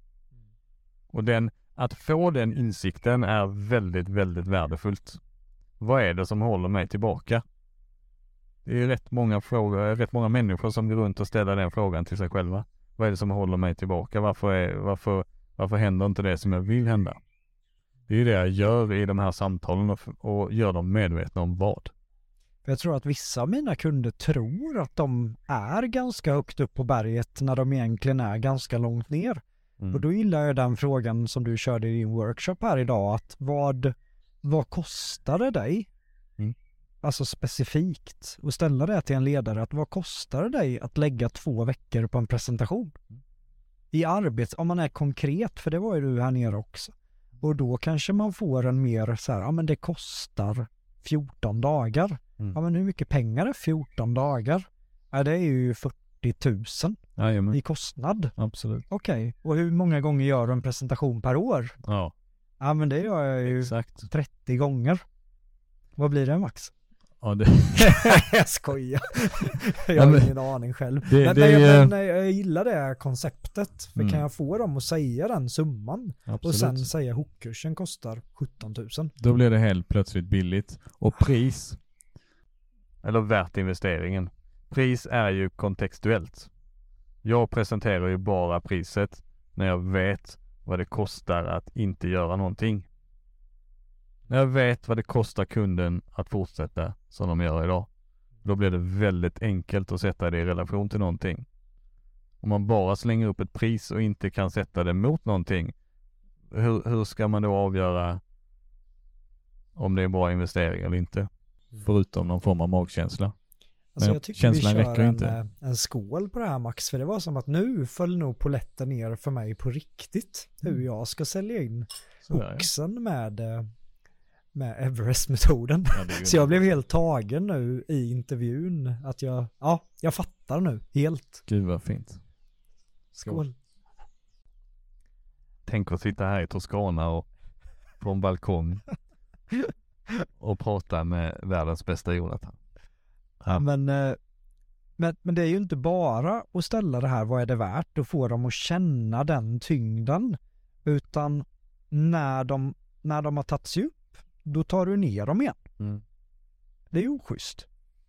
Och den, att få den insikten är väldigt, väldigt värdefullt. Vad är det som håller mig tillbaka? Det är rätt många frågor, rätt många människor som går runt och ställer den frågan till sig själva. Vad är det som håller mig tillbaka? Varför, är, varför, varför händer inte det som jag vill hända? Det är det jag gör i de här samtalen och, och gör dem medvetna om vad. Jag tror att vissa av mina kunder tror att de är ganska högt upp på berget när de egentligen är ganska långt ner. Mm. Och då gillar jag den frågan som du körde i din workshop här idag. Att vad, vad kostar det dig? Mm. Alltså specifikt. Och ställa det till en ledare. Att vad kostar det dig att lägga två veckor på en presentation? Mm. I arbets... Om man är konkret, för det var ju du här nere också. Och då kanske man får en mer så här, ja men det kostar fjorton dagar. Mm. Ja men hur mycket pengar är fjorton dagar? Ja det är ju fyrtio tusen Jajamän. i kostnad. Absolut. Okej, okay. Och hur många gånger gör du en presentation per år? Ja. Ja men det gör jag ju exakt. trettio gånger. Vad blir det Max? Ja, det... jag skojar. Jag har ingen aning själv. Det, men, det, nej, är... men jag gillar det här konceptet. För mm. kan jag få dem att säga den summan absolut. Och sen säga hookkursen kostar sjutton tusen. Då blir det helt plötsligt billigt. Och pris, eller värt investeringen. Pris är ju kontextuellt. Jag presenterar ju bara priset när jag vet vad det kostar att inte göra någonting. När jag vet vad det kostar kunden att fortsätta som de gör idag. Då blir det väldigt enkelt att sätta det i relation till någonting. Om man bara slänger upp ett pris och inte kan sätta det mot någonting. Hur, hur ska man då avgöra om det är en bra investering eller inte? Förutom någon form av magkänsla. Alltså jag tycker vi kör en, en skål på det här Max. För det var som att nu föll nog poletten ner för mig på riktigt. Mm. Hur jag ska sälja in oxen ja. med... med Everest-metoden. Ja, så jag blev helt tagen nu i intervjun. Att jag, ja, jag fattar nu. Helt. Gud vad fint. Skål. Tänk att sitta här i Toscana och på en balkong och prata med världens bästa Jonathan. Ja. Men, men, men det är ju inte bara att ställa det här, vad är det värt? Och få dem att känna den tyngden. Utan när de, när de har tagit sig upp, då tar du ner dem igen. Mm. Det är ju oschysst.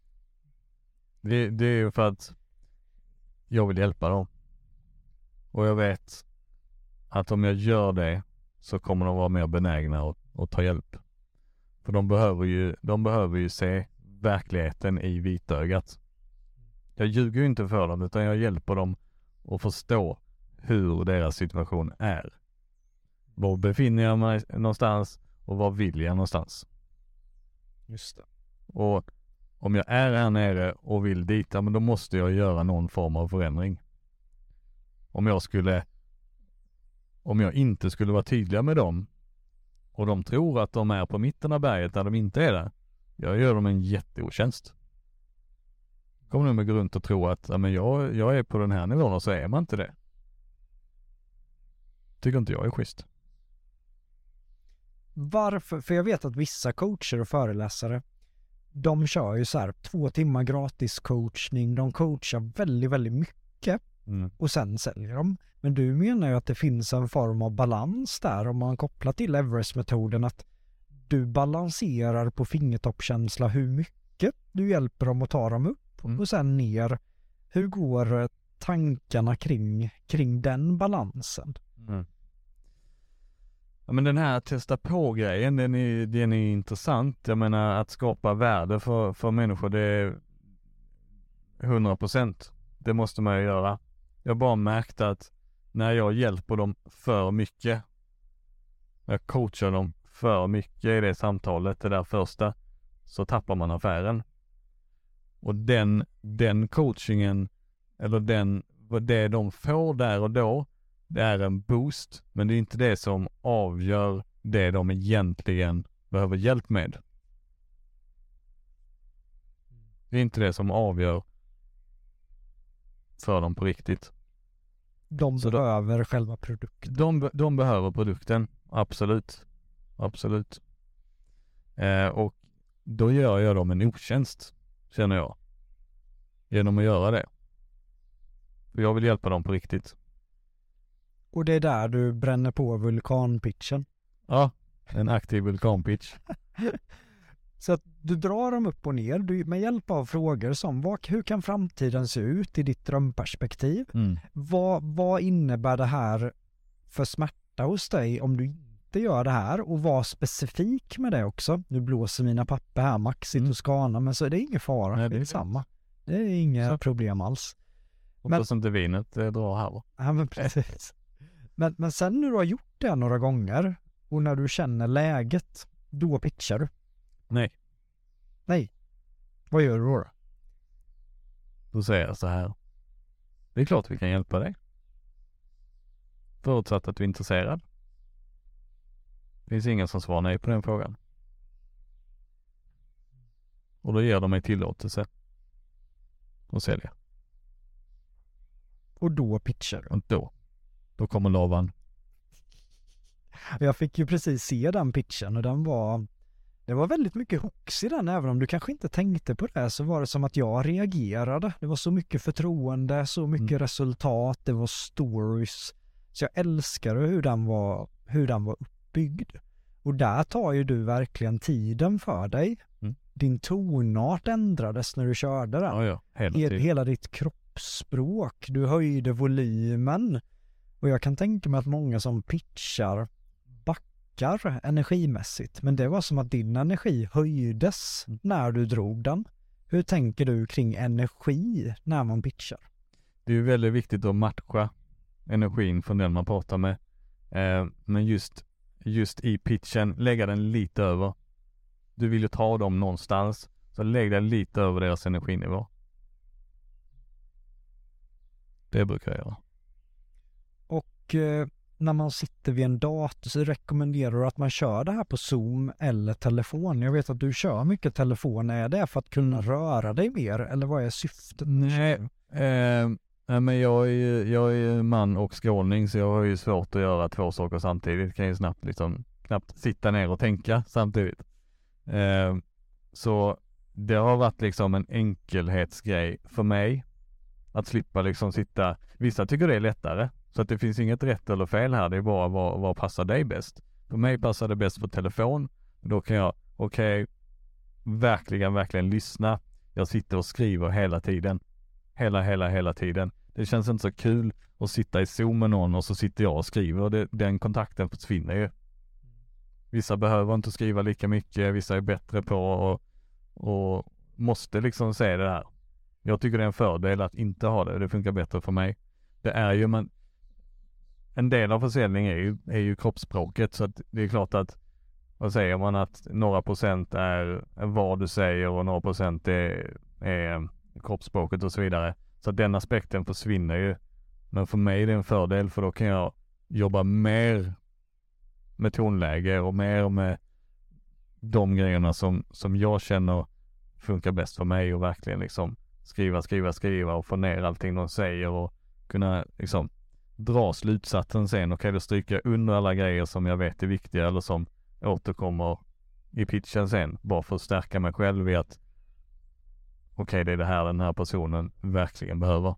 Det, det är ju för att jag vill hjälpa dem. Och jag vet att om jag gör det så kommer de vara mer benägna att, att ta hjälp. För de behöver ju, de behöver ju se verkligheten i vitögat. Jag ljuger ju inte för dem utan jag hjälper dem att förstå hur deras situation är. Var befinner jag mig någonstans? Och vad vill jag någonstans? Just det. Och om jag är här nere och vill dit, ja, men då måste jag göra någon form av förändring. Om jag skulle, om jag inte skulle vara tydlig med dem och de tror att de är på mitten av berget där de inte är där, jag gör dem en jätteotjänst. Kommer de att gå runt och tro att ja, men jag, jag är på den här nivån och så är man inte det. Tycker inte jag är schysst. Varför? För jag vet att vissa coacher och föreläsare, de kör ju så här två timmar gratis coachning. De coachar väldigt, väldigt mycket Mm. och sen säljer de. Men du menar ju att det finns en form av balans där om man kopplar till Everest-metoden, att du balanserar på fingertoppkänsla hur mycket du hjälper dem att ta dem upp Mm. och sen ner. Hur går tankarna kring, kring den balansen? Mm. Ja, men den här testa på-grejen, den är, den är intressant. Jag menar, att skapa värde för, för människor, det är hundra procent. Det måste man ju göra. Jag har bara märkt att när jag hjälper dem för mycket, jag coachar dem för mycket i det samtalet, det där första, så tappar man affären. Och den, den coachingen, eller den, vad det de får där och då, det är en boost, men det är inte det som avgör det de egentligen behöver hjälp med. Det är inte det som avgör för dem på riktigt. De Så då- behöver själva produkten. De, de behöver produkten, absolut. Absolut. Eh, och då gör jag dem en otjänst, känner jag. Genom att göra det. För jag vill hjälpa dem på riktigt. Och det är där du bränner på vulkanpitchen. Ja, en aktiv vulkanpitch. Så att du drar dem upp och ner du, med hjälp av frågor som vad, hur kan framtiden se ut i ditt drömperspektiv? Mm. Vad, vad innebär det här för smärta hos dig om du inte gör det här? Och var specifik med det också. Nu blåser mina papper här, Maxi Mm. Toscana, men så är det ingen fara. Nej, det det är är samma. Det är inga Så. problem alls. Hoppas inte vinet eh, drar här, va? Ja, men precis. Men, men sen när du har gjort det några gånger och när du känner läget, då pitchar du. Nej, Nej. Vad gör du då? då säger jag så här. Det är klart vi kan hjälpa dig. Förutsatt att du är intresserad. Det finns ingen som svarar nej på den frågan. Och då ger de mig tillåtelse att sälja. Och då pitchar du. Och då, då kommer lavan. Jag fick ju precis se den pitchen och den var, det var väldigt mycket hooks i den, även om du kanske inte tänkte på det så var det som att jag reagerade. Det var så mycket förtroende, så mycket Mm. resultat, det var stories. Så jag älskade hur den var, hur den var uppbyggd. Och där tar ju du verkligen tiden för dig. Mm. Din tonart ändrades när du körde den. Ja, ja, hela He- tiden. hela ditt kroppsspråk, du höjde volymen. Och jag kan tänka mig att många som pitchar backar energimässigt. Men det var som att din energi höjdes Mm. när du drog den. Hur tänker du kring energi när man pitchar? Det är ju väldigt viktigt att matcha energin från den man pratar med. Eh, men just, just i pitchen, lägga den lite över. Du vill ju ta dem någonstans, så lägg den lite över deras energinivå. Det brukar jag göra. Och eh, när man sitter vid en dator så rekommenderar du att man kör det här på Zoom eller telefon. Jag vet att du kör mycket telefon. Är det för att kunna röra dig mer eller vad är syftet? Nej, eh, nej, men jag är, ju- jag är ju man och skåning, så jag har ju svårt att göra två saker samtidigt. Kan ju snabbt liksom knappt sitta ner och tänka samtidigt. Eh, så det har varit liksom en enkelhetsgrej för mig att slippa liksom sitta. Vissa tycker det är lättare, så att det finns inget rätt eller fel här. Det är bara vad, vad passar dig bäst. För mig passar det bäst på telefon. Då kan jag, okej, verkligen, verkligen lyssna. Jag sitter och skriver hela tiden. Hela, hela, hela tiden. Det känns inte så kul att sitta i Zoom med någon och så sitter jag och skriver. Det, den kontakten försvinner ju. Vissa behöver inte skriva lika mycket. Vissa är bättre på och, och måste liksom se det här. Jag tycker det är en fördel att inte ha det. Det funkar bättre för mig. Det är ju, men en del av försäljning är ju, är ju kroppsspråket. Så att det är klart att vad säger man, att några procent är vad du säger och några procent är, är kroppsspråket och så vidare. Så den aspekten försvinner ju. Men för mig är det en fördel, för då kan jag jobba mer med tonläge och mer med de grejerna som, som jag känner funkar bäst för mig, och verkligen liksom skriva, skriva, skriva och få ner allting de säger och kunna liksom dra slutsatsen sen. Och kan då stryka under alla grejer som jag vet är viktiga eller som återkommer i pitchen sen, bara för att stärka mig själv i att okej, okay, det är det här den här personen verkligen behöver.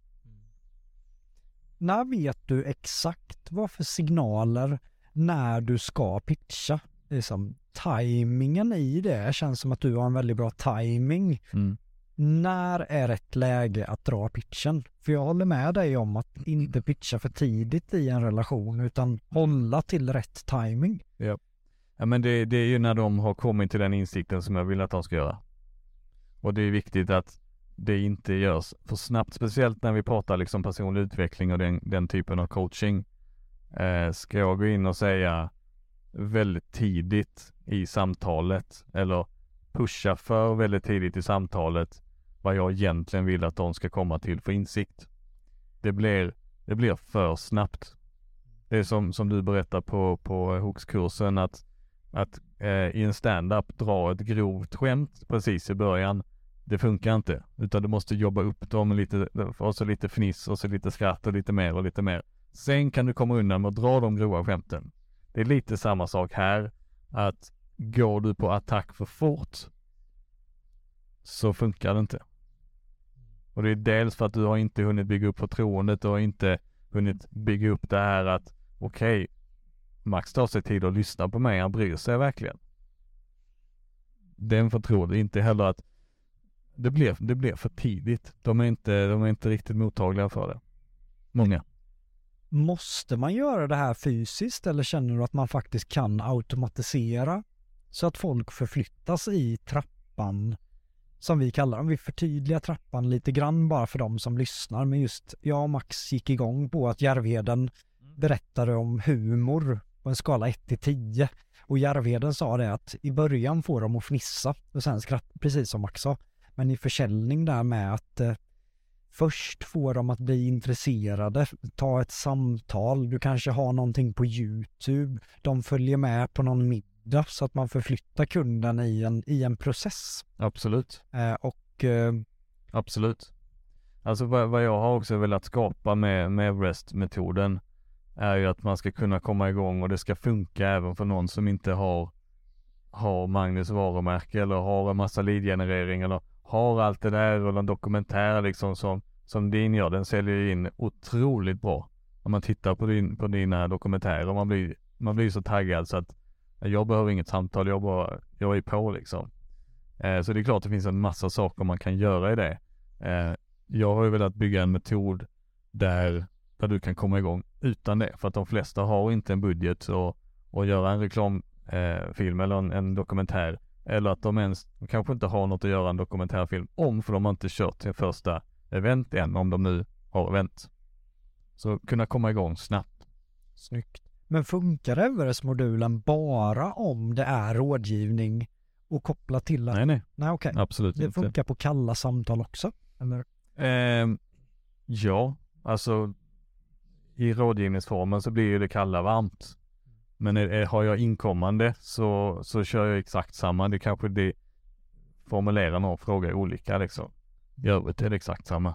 När vet du exakt vad för signaler när du ska pitcha? Liksom, timingen i det känns som att du har en väldigt bra timing. Mm. När är rätt läge att dra pitchen? För jag håller med dig om att inte pitcha för tidigt i en relation, utan hålla till rätt timing. Ja, ja men det, det är ju när de har kommit till den insikten som jag vill att de ska göra. Och det är viktigt att det inte görs för snabbt, speciellt när vi pratar liksom personlig utveckling och den, den typen av coaching. Eh, ska jag gå in och säga väldigt tidigt i samtalet eller pusha för väldigt tidigt i samtalet vad jag egentligen vill att de ska komma till för insikt. Det blir, det blir för snabbt. Det är som, som du berättar på, på Hooks-kursen att, att eh, i en stand-up dra ett grovt skämt precis i början. Det funkar inte, utan du måste jobba upp dem lite, och så lite fniss och så lite skratt och lite mer och lite mer. Sen kan du komma undan med att dra de grova skämten. Det är lite samma sak här, att går du på attack för fort så funkar det inte. Och det är dels för att du har inte hunnit bygga upp förtroendet och inte hunnit bygga upp det här att okej, okay, Max tar sig tid att lyssna på mig, han bryr sig verkligen. Den förtroendet, inte heller att det blev, det blev för tidigt. De är, inte, de är inte riktigt mottagliga för det. Många. Måste man göra det här fysiskt, eller känner du att man faktiskt kan automatisera så att folk förflyttas i trappan, som vi kallar dem? Vi förtydligar trappan lite grann bara för de som lyssnar, men just jag och Max gick igång på att Järvheden berättade om humor på en skala ett till tio, och Järvheden sa det att i början får de att fnissa och sen skratta, precis som Max sa, men i försäljning där med att eh, först får de att bli intresserade, ta ett samtal, du kanske har någonting på YouTube, de följer med på någon middag så att man förflyttar kunden i en, i en process. Absolut. Eh, och eh, Absolut. Alltså vad, vad jag har också velat skapa med, med Everest-metoden är ju att man ska kunna komma igång och det ska funka även för någon som inte har, har Magnus varumärke eller har en massa lead-generering eller har allt det där, eller en dokumentär liksom som, som din gör. Den säljer in otroligt bra. Om man tittar på, din, på dina dokumentärer, man blir, man blir så taggad så att jag behöver inget samtal, jag, bara, jag är på liksom. Eh, så det är klart det finns en massa saker man kan göra i det. Eh, jag har ju velat bygga en metod där, där du kan komma igång utan det. För att de flesta har inte en budget och, och göra en reklamfilm eh, eller en, en dokumentär. Eller att de ens de kanske inte har något att göra en dokumentärfilm om, för de har inte kört sin första event än, om de nu har event. Så kunna komma igång snabbt. Snyggt. Men funkar Everest-modulen bara om det är rådgivning och kopplat till att... Nej, nej. Nej, okej. Okay. Absolut det inte. Det funkar på kalla samtal också? Eller? Eh, ja, alltså i rådgivningsformen så blir ju det kalla varmt. Men är, är, har jag inkommande så, så kör jag exakt samma. Det kanske det formulerar någon fråga olika liksom. I övrigt är det exakt samma.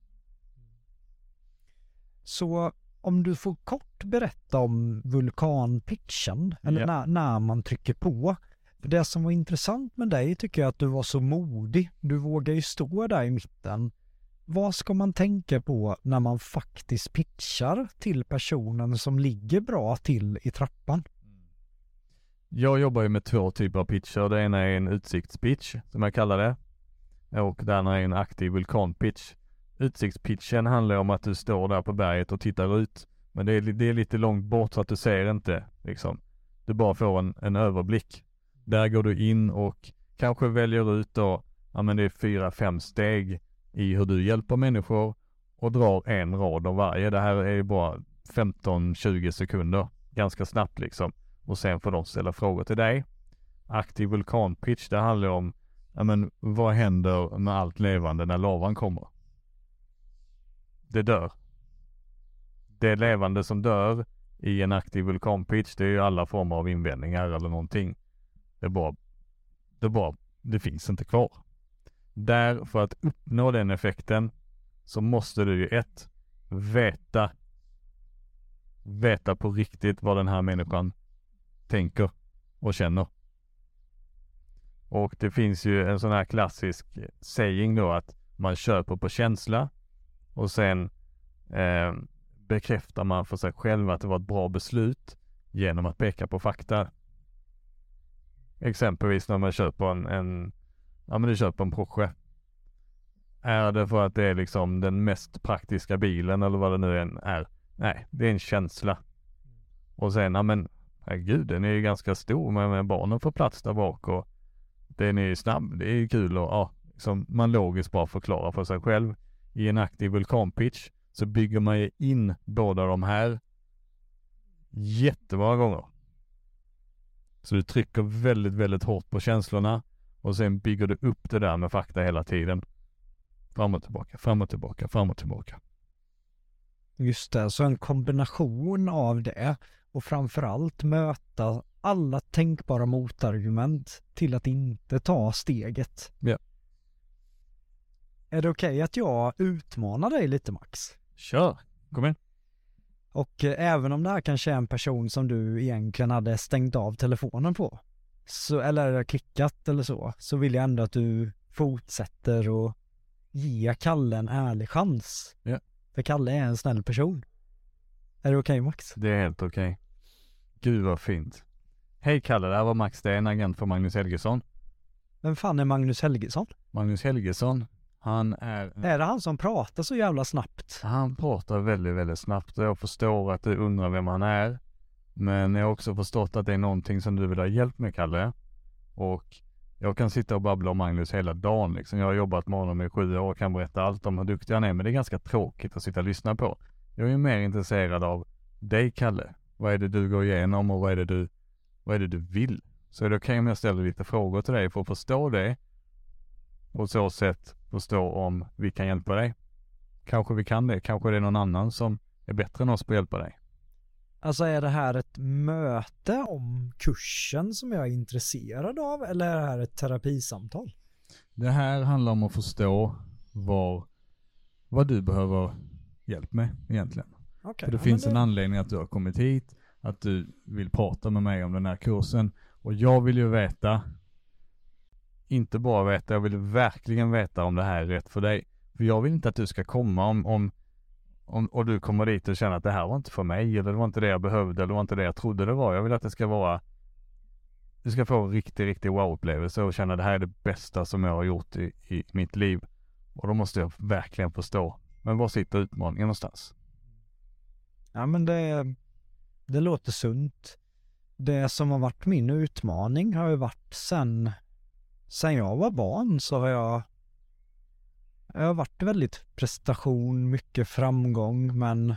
Så om du får kort berätta om vulkanpitchen, eller ja. när, när man trycker på. För det som var intressant med dig tycker jag att du var så modig. Du vågar ju stå där i mitten. Vad ska man tänka på när man faktiskt pitchar till personen som ligger bra till i trappan? Jag jobbar ju med två typer av pitcher. Det ena är en utsiktspitch som jag kallar det. Och det andra är en aktiv vulkanpitch. Utsiktspitchen handlar om att du står där på berget och tittar ut. Men det är, det är lite långt bort så att du ser inte liksom. Du bara får en, en överblick. Där går du in och kanske väljer ut då, ja men det är fyra, fem steg i hur du hjälper människor och drar en rad av varje. Det här är ju bara femton till tjugo sekunder. Ganska snabbt liksom. och sen får de ställa frågor till dig. Aktiv vulkanpitch, det handlar om ja, men, vad händer med allt levande när lavan kommer? Det dör. Det levande som dör i en aktiv vulkanpitch, det är ju alla former av invändningar eller någonting. Det är bara, det är bara, det finns inte kvar. Där, för att uppnå den effekten så måste du ju ett, veta veta på riktigt vad den här människan tänker och känner. Och det finns ju en sån här klassisk saying då att man köper på känsla och sen eh, bekräftar man för sig själv att det var ett bra beslut genom att peka på fakta. Exempelvis när man köper en, en ja men du köper en Porsche. Är det för att det är liksom den mest praktiska bilen eller vad det nu än är? Nej, det är en känsla. Och sen, ja men herregud, den är ju ganska stor men med barnen får plats där bak och den är ju snabb, det är ju kul och ja, liksom man logiskt bara förklarar för sig själv. I en aktiv vulkanpitch så bygger man ju in båda de här jättemånga gånger. Så du trycker väldigt, väldigt hårt på känslorna och sen bygger du upp det där med fakta hela tiden. Fram och tillbaka, fram och tillbaka, fram och tillbaka. Just det, så en kombination av det och framförallt möta alla tänkbara motargument till att inte ta steget. Ja. Är det okej okay att jag utmanar dig lite, Max? Kör, kom in. Och eh, även om det här kanske är en person som du egentligen hade stängt av telefonen på, så, eller klickat eller så, så vill jag ändå att du fortsätter och ge Kalle en ärlig chans. Ja. För Kalle är en snäll person. Är det okej, okay, Max? Det är helt okej. Okay. Gud vad fint. Hej Kalle, det här var Max, det är en agent för Magnus Helgesson. Vem fan är Magnus Helgesson? Magnus Helgesson, han är... Är det han som pratar så jävla snabbt? Han pratar väldigt, väldigt snabbt och jag förstår att du undrar vem han är. Men jag har också förstått att det är någonting som du vill ha hjälp med, Kalle. Och jag kan sitta och babbla om Magnus hela dagen liksom. Jag har jobbat med honom i sju år och kan berätta allt om hur duktig han är. Men det är ganska tråkigt att sitta och lyssna på. Jag är mer intresserad av dig, Kalle. Vad är det du går igenom och vad är det du, vad är det du vill? Så är det okej om jag ställer lite frågor till dig för att förstå det. Och så sätt förstå om vi kan hjälpa dig. Kanske vi kan det. Kanske det är någon annan som är bättre än oss på att hjälpa dig. Alltså är det här ett möte om kursen som jag är intresserad av eller är det här ett terapisamtal? Det här handlar om att förstå vad, vad du behöver hjälp med egentligen. Okay, För det ja, finns det... en anledning att du har kommit hit, att du vill prata med mig om den här kursen. Och jag vill ju veta, inte bara veta, jag vill verkligen veta om det här är rätt för dig. För jag vill inte att du ska komma om, om, om och du kommer dit och känner att det här var inte för mig, eller det var inte det jag behövde, eller det var inte det jag trodde det var. Jag vill att det ska vara, du ska få en riktig, riktig wow-upplevelse och känna att det här är det bästa som jag har gjort i, i mitt liv. Och då måste jag verkligen förstå. Men var sitter utmaningen någonstans? Ja men det, det låter sunt. Det som har varit min utmaning har ju varit sen, sen jag var barn så har jag jag har varit väldigt prestation, mycket framgång, men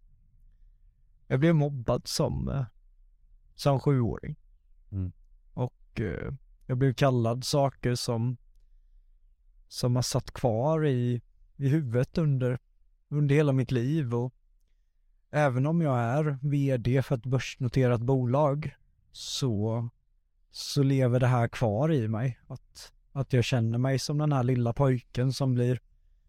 jag blev mobbad som som sjuåring. Mm. Och eh, jag blev kallad saker som som har satt kvar i, i huvudet under, under hela mitt liv. Och även om jag är vd för ett börsnoterat bolag så, så lever det här kvar i mig. Att, att jag känner mig som den här lilla pojken som blir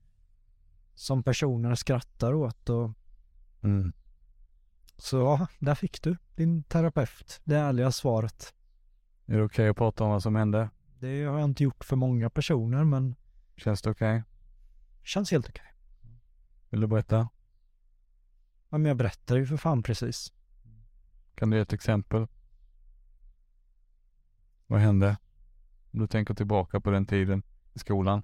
som personerna skrattar åt. Och, mm. Så ja, där fick du din terapeut, det ärliga svaret. Är det okej att prata om vad som hände? Det har jag inte gjort för många personer, men Känns det okej? känns helt okej. Vill du berätta? Ja, men jag berättar ju för fan precis. Kan du ge ett exempel? Vad hände? Om du tänker tillbaka på den tiden i skolan.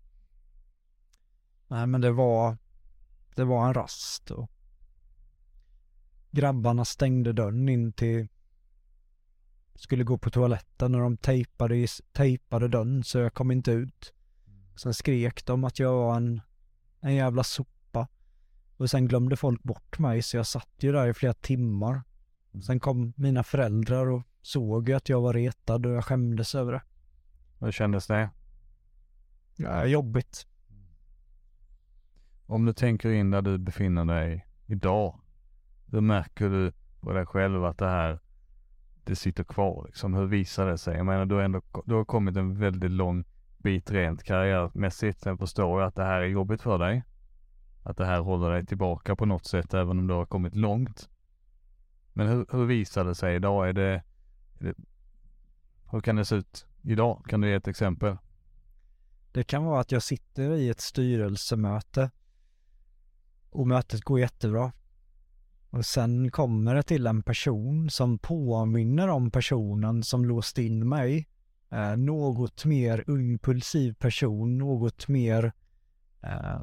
Nej, men det var det var en rast och grabbarna stängde dörren in till skulle gå på toaletten och de tejpade, tejpade dörren så jag kom inte ut. Sen skrek de att jag var en, en jävla sopa. Och sen glömde folk bort mig så jag satt ju där i flera timmar Sen kom mina föräldrar och såg att jag var retad och jag skämdes över det. Hur kändes det? Ja, jobbigt. Om du tänker in där du befinner dig idag, hur märker du på dig själv att det här, det sitter kvar liksom? Hur visar det sig? Jag menar, du har ändå du har kommit en väldigt lång bit rent karriärmässigt. Sen förstår jag att det här är jobbigt för dig. Att det här håller dig tillbaka på något sätt, även om du har kommit långt. Men hur, hur visar det sig idag? Är det, är det, hur kan det se ut idag? Kan du ge ett exempel? Det kan vara att jag sitter i ett styrelsemöte och mötet går jättebra. Och sen kommer det till en person som påminner om personen som låst in mig. Eh, något mer impulsiv person, något mer eh,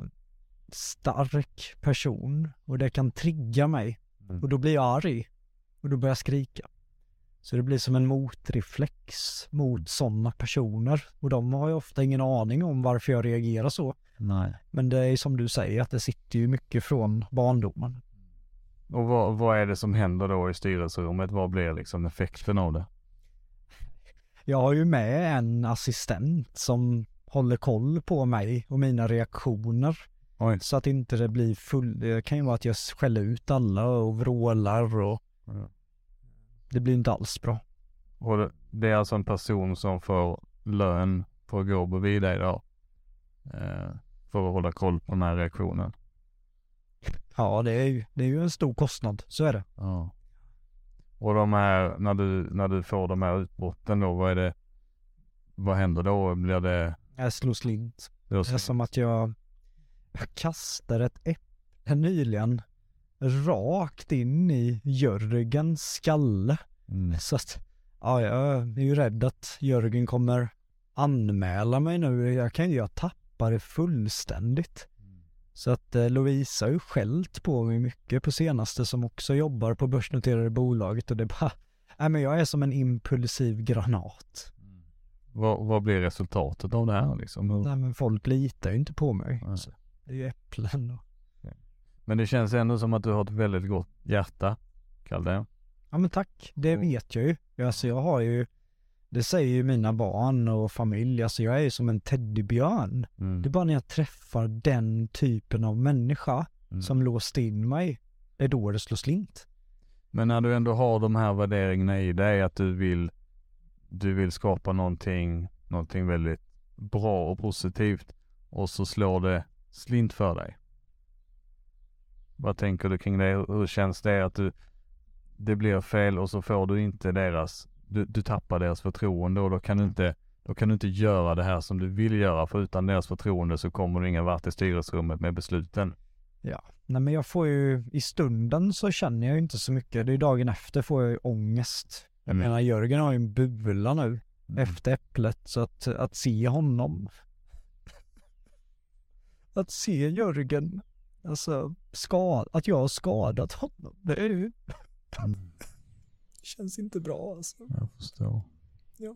stark person. Och det kan trigga mig. Mm. Och då blir jag arg. Och då börjar jag skrika. Så det blir som en motreflex mot sådana personer. Och de har ju ofta ingen aning om varför jag reagerar så. Nej. Men det är som du säger, att det sitter ju mycket från barndomen. Och vad, vad är det som händer då i styrelserummet? Vad blir liksom effekten av det? Jag har ju med en assistent som håller koll på mig och mina reaktioner. Oj. Så att inte det blir full... Det kan ju vara att jag skäller ut alla och vrålar och... Mm. Det blir inte alls bra. Och det, det är alltså en person som får lön för att gå bredvid dig då? Eh, för att hålla koll på den här reaktionen? Ja, det är ju, det är ju en stor kostnad, så är det. Ja. Och de här, när du, när du får de här utbrotten då, vad är det, vad händer då? Blir det... Jag slår slint. Det är, det är som att jag, jag kastar ett äpple nyligen rakt in i Jörgens skalle. Mm. Så att, ja, jag är ju rädd att Jörgen kommer anmäla mig nu. Jag kan ju, jag tappar det fullständigt. Så att eh, Lovisa har ju skällt på mig mycket på senaste, som också jobbar på börsnoterade bolaget, och det bara, nej men jag är som en impulsiv granat. Mm. Vad, vad blir resultatet av det här liksom? Hur... Nej men folk litar ju inte på mig. Så det är ju äpplen och... Men det känns ändå som att du har ett väldigt gott hjärta, Kalle. Ja men tack, det mm. vet jag ju. Alltså jag har ju, det säger ju mina barn och familj, alltså jag är ju som en teddybjörn. Mm. Det är bara när jag träffar den typen av människa mm. som låst in mig, det är då det slår slint. Men när du ändå har de här värderingarna i dig, att du vill du vill skapa någonting, någonting väldigt bra och positivt, och så slår det slint för dig. Vad tänker du kring det? Hur känns det att du, det blir fel och så får du inte deras, du, du tappar deras förtroende, och då kan du inte då kan du inte göra det här som du vill göra, för utan deras förtroende så kommer du ingen vart i styrelserummet med besluten. Ja, nej men jag får ju, i stunden så känner jag ju inte så mycket. Det är dagen efter får jag ju ångest. Jag mm. menar, Jörgen har ju en bula nu mm. efter äpplet, så att, att se honom att se Jörgen, alltså skad, att jag har skadat honom, det är ju mm. känns inte bra alltså. Jag förstår. Ja.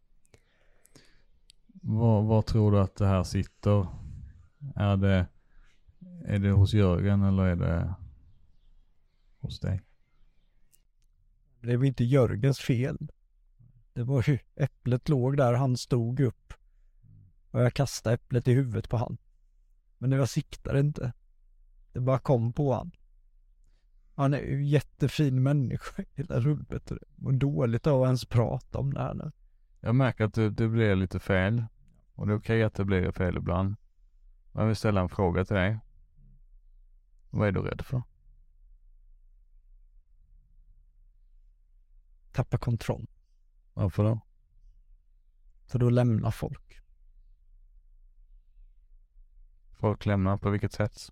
Vad, vad tror du att det här sitter? Är det är det hos Jörgen eller är det hos dig? Det var inte Jörgens fel. Det var ju, äpplet låg där, han stod upp och jag kastade äpplet i huvudet på han. Men jag siktade inte. Det bara kom på han. Han är ju jättefin människa i hela rubbet. Och dåligt att ens prata om det här nu. Jag märker att det, det blir lite fel. Och det är okej att det blir fel ibland. Jag vill ställa en fråga till dig. Vad är du rädd för? Tappa kontroll. Varför då? För då lämnar folk. Folk lämnar på vilket sätt?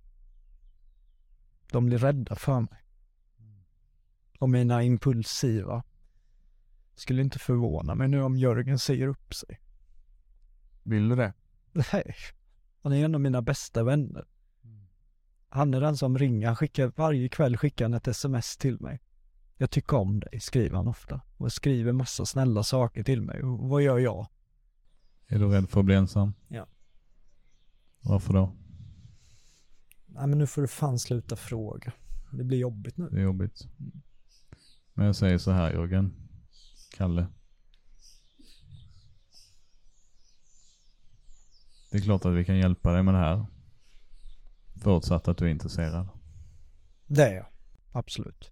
De blir rädda för mig. Och mina impulsiva. Skulle inte förvåna mig nu om Jörgen säger upp sig. Vill du det? Nej. Han är en av mina bästa vänner. Han är den som ringer. Han skickar, varje kväll skickar han ett sms till mig. Jag tycker om dig, skriver han ofta. Och skriver massa snälla saker till mig. Och vad gör jag? Är du rädd för att bli ensam? Ja. Varför då? Nej men nu får du fan sluta fråga. Det blir jobbigt nu. Det är jobbigt. Men jag säger så här, Jörgen. Kalle. Det är klart att vi kan hjälpa dig med det här. Förutsatt att du är intresserad. Det är jag. Absolut.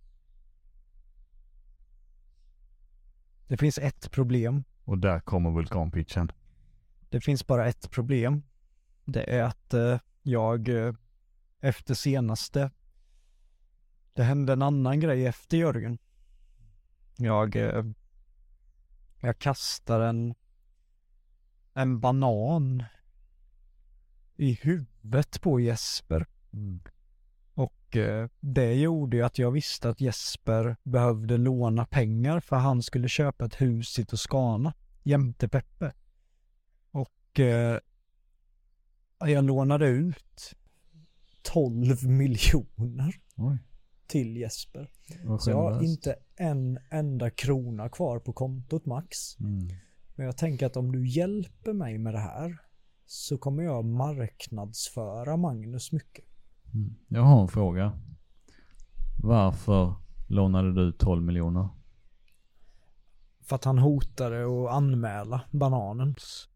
Det finns ett problem. Och där kommer vulkanpitchen. Det finns bara ett problem. Det är att eh, jag eh, efter senaste, det hände en annan grej efter Jörgen. Jag eh, jag kastade en en banan i huvudet på Jesper. Mm. Och eh, det gjorde ju att jag visste att Jesper behövde låna pengar för han skulle köpa ett hus i Toscana jämte Peppe. Och eh, jag lånade ut tolv miljoner Oj. till Jesper. Vad Så jag har generöst. inte en enda krona kvar på kontot max. Mm. Men jag tänker att om du hjälper mig med det här så kommer jag marknadsföra Magnus mycket. Mm. Jag har en fråga. Varför lånade du tolv miljoner? För att han hotade att anmäla bananen.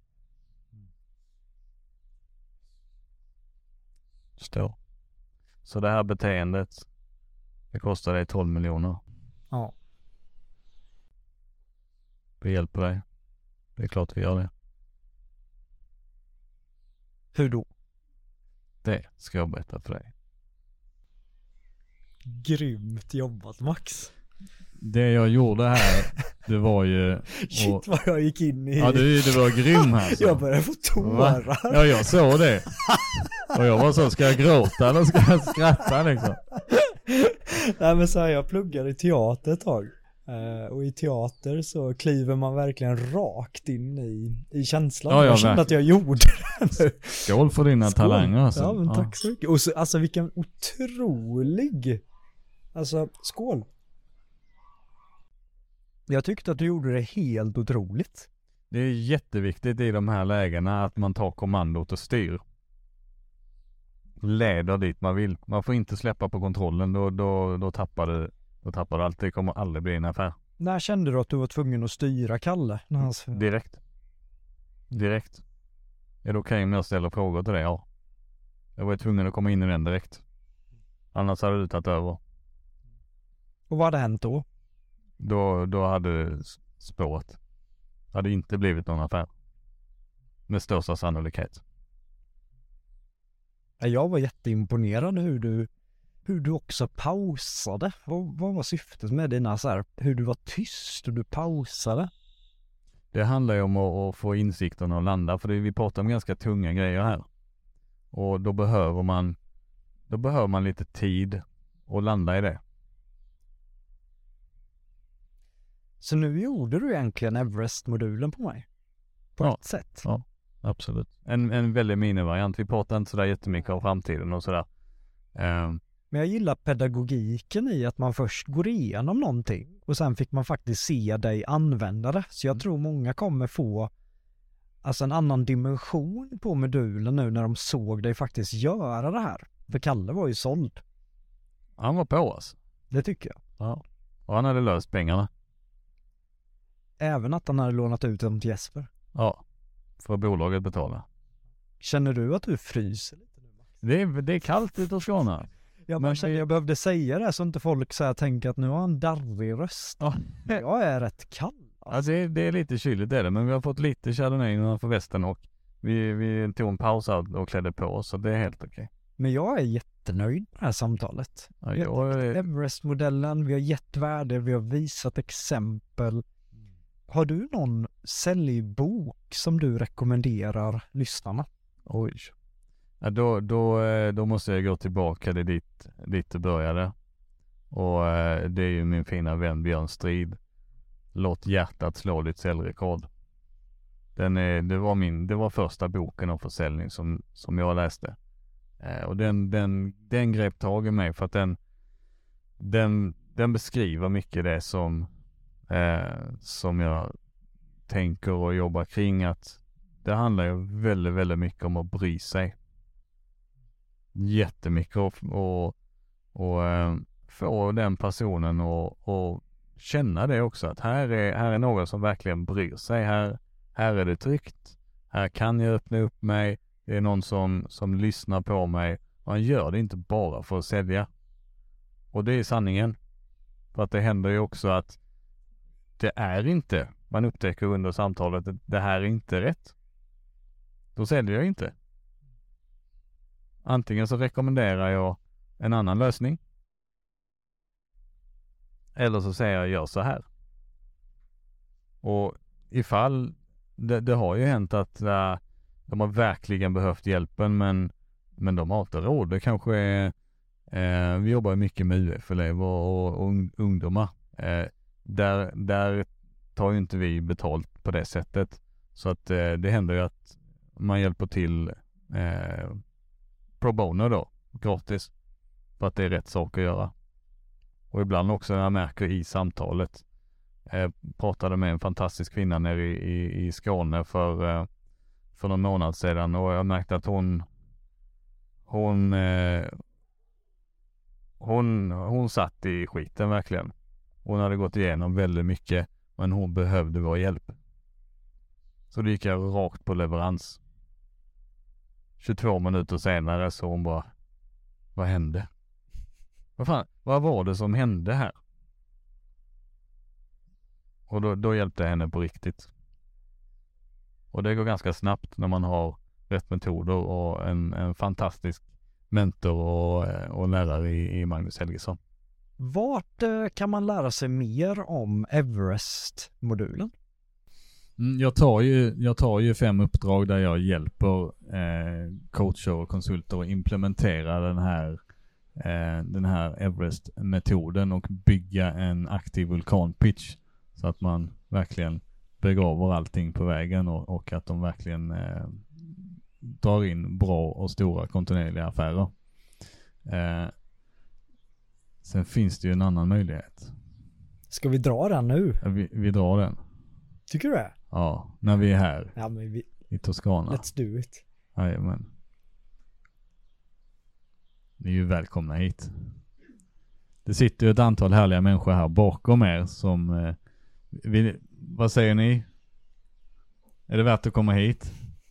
Står. Så det här beteendet, det kostar dig tolv miljoner. Ja. Vi hjälper dig. Det är klart vi gör det. Hur då? Det ska jag berätta för dig. Grymt jobbat Max. Det jag gjorde här, det var ju... Shit och, vad jag gick in i. ja, du, du var grym här. Så. Jag började få tårar. Ja, jag såg det. Och jag var så, ska jag gråta eller ska jag skratta liksom? Nej men så här, jag pluggade i teater ett tag. Uh, och i teater så kliver man verkligen rakt in i, i känslan. Ja, jag jag kände verkligen. att jag gjorde det nu. Skål för dina Skål. talanger alltså. Ja men tack så mycket. Och så, alltså vilken otrolig. Alltså skål. Jag tyckte att du gjorde det helt otroligt. Det är jätteviktigt i de här lägena att man tar kommandot och styr. Leder dit man vill. Man får inte släppa på kontrollen. Då, då, då, tappar, du, då tappar du allt. Det kommer aldrig bli en affär. När kände du att du var tvungen att styra Kalle? När han... Direkt. Direkt. Är det okej om jag ställer frågor till dig? Ja. Jag var tvungen att komma in i den direkt. Annars hade du tagit över. Och vad hade hänt då? Då, då hade det spåret. Det hade inte blivit någon affär. Med största sannolikhet. Jag var jätteimponerad hur du hur du också pausade. Vad, vad var syftet med dina så här, hur du var tyst och du pausade? Det handlar ju om att, att få insikten att landa. För det, vi pratar om ganska tunga grejer här. Och då behöver man då behöver man lite tid att landa i det. Så nu gjorde du egentligen Everest-modulen på mig? På Ja. ett sätt? Ja, absolut. En, en väldigt minivariant. Vi pratar inte sådär jättemycket om framtiden och sådär. Um, Men jag gillar pedagogiken i att man först går igenom någonting och sen fick man faktiskt se dig använda det. Så jag tror många kommer få alltså en annan dimension på modulen nu när de såg dig faktiskt göra det här. För Kalle var ju såld. han var på oss. Det tycker jag. Ja. Och han hade löst pengarna. Även att han hade lånat ut dem till Jesper. Ja. För bolaget betala. Känner du att du fryser lite nu? Det är, det är kallt ute hos Skåne. Jag, Men bara känner, det- jag behövde säga det så inte folk så här tänker att nu har han darrig röst. Ja. Jag är rätt kall. Ja, det, är, det är lite kyligt är det. Men vi har fått lite chardonnay innanför västen och vi, vi tog en paus och klädde på oss. Så det är helt okej. Men jag är jättenöjd med det här samtalet. Ja, Vi har jag är- Everest-modellen, vi har gett värde, vi har visat exempel. Har du någon säljbok som du rekommenderar lyssnarna? Oj. Ja, då, då, eh, då måste jag gå tillbaka till dit, dit det började. Och eh, det är ju min fina vän Björn Strid. Låt hjärtat slå ditt säljrekord. Den är, det, var min, det var första boken om försäljning som, som jag läste. Eh, och den, den, den grep tag i mig för att den, den, den beskriver mycket det som, eh, som jag tänker och jobbar kring. Att det handlar ju väldigt, väldigt mycket om att bry sig. Jättemycket och, och, och eh, få den personen att, att känna det också. Att här är, här är någon som verkligen bryr sig. Här, här är det tryggt. Här kan jag öppna upp mig. Det är någon som, som lyssnar på mig. Och han gör det inte bara för att sälja. Och det är sanningen. För att det händer ju också att det är inte, man upptäcker under samtalet att det här är inte rätt. Då säljer jag inte. Antingen så rekommenderar jag en annan lösning. Eller så säger jag gör så här. Och ifall det, det har ju hänt att äh, de har verkligen behövt hjälpen men, men de har inte råd. Det kanske är eh, vi jobbar mycket med U F-elever och, och, och ungdomar. Eh, där, där tar ju inte vi betalt på det sättet. Så att eh, det händer ju att man hjälper till eh, pro bono då, gratis. För att det är rätt sak att göra. Och ibland också när jag märker i samtalet. Jag pratade med en fantastisk kvinna nere i, i, i Skåne för, för någon månad sedan. Och jag märkte att hon hon, eh, hon hon satt i skiten verkligen. Hon hade gått igenom väldigt mycket. Men hon behövde vår hjälp. Så det gick jag rakt på leverans. tjugotvå minuter senare så hon bara, vad hände? Vad fan, vad var det som hände här? Och då, då hjälpte jag henne på riktigt. Och det går ganska snabbt när man har rätt metoder och en, en fantastisk mentor och, och lärare i, i Magnus Helgesson. Vart kan man lära sig mer om Everest-modulen? Mm, jag, tar ju, jag tar ju fem uppdrag där jag hjälper eh, coacher och konsulter att implementera den här, eh, den här Everest-metoden och bygga en aktiv vulkanpitch så att man verkligen begraver allting på vägen och, och att de verkligen eh, drar in bra och stora kontinuerliga affärer. Eh, sen finns det ju en annan möjlighet. Ska vi dra den nu? Ja, vi, vi drar den. Tycker du det? Ja, när vi är här ja, men vi... i Toscana. Let's do it. Jajamän. Ni är ju välkomna hit. Det sitter ju ett antal härliga människor här bakom er som eh, vill, vad säger ni? Är det värt att komma hit?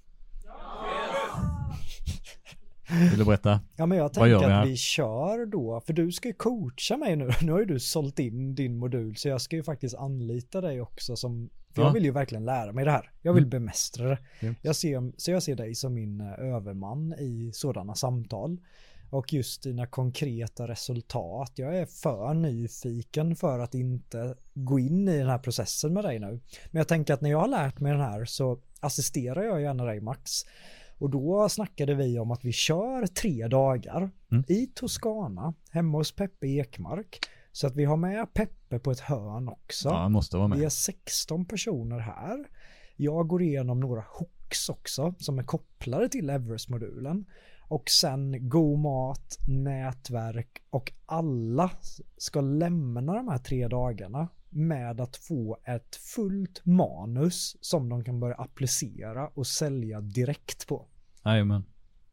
Vill du berätta? Ja, men jag tänker att vi kör då, för du ska ju coacha mig nu. Nu har ju du sålt in din modul så jag ska ju faktiskt anlita dig också som, för ja. Jag vill ju verkligen lära mig det här. Jag vill mm. bemästra det. Mm. Jag ser, så jag ser dig som min överman i sådana samtal. Och just dina konkreta resultat. Jag är för nyfiken för att inte gå in i den här processen med dig nu. Men jag tänker att när jag har lärt mig den här så assisterar jag gärna dig, Max. Och då snackade vi om att vi kör tre dagar mm. i Toscana hemma hos Peppe Ekmark. Så att vi har med Peppe på ett hörn också. Ja, måste vara med. Vi är sexton personer här. Jag går igenom några hooks också som är kopplade till Everest-modulen. Och sen god mat, nätverk och alla ska lämna de här tre dagarna med att få ett fullt manus som de kan börja applicera och sälja direkt på. Jajamän.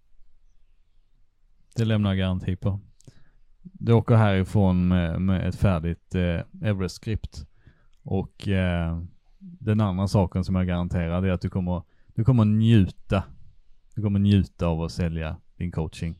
Det lämnar garanti på. Du åker härifrån med, med ett färdigt eh, Everest-skript. Och eh, den andra saken som jag garanterar är att du kommer, du kommer njuta. Du kommer njuta av att sälja din coaching.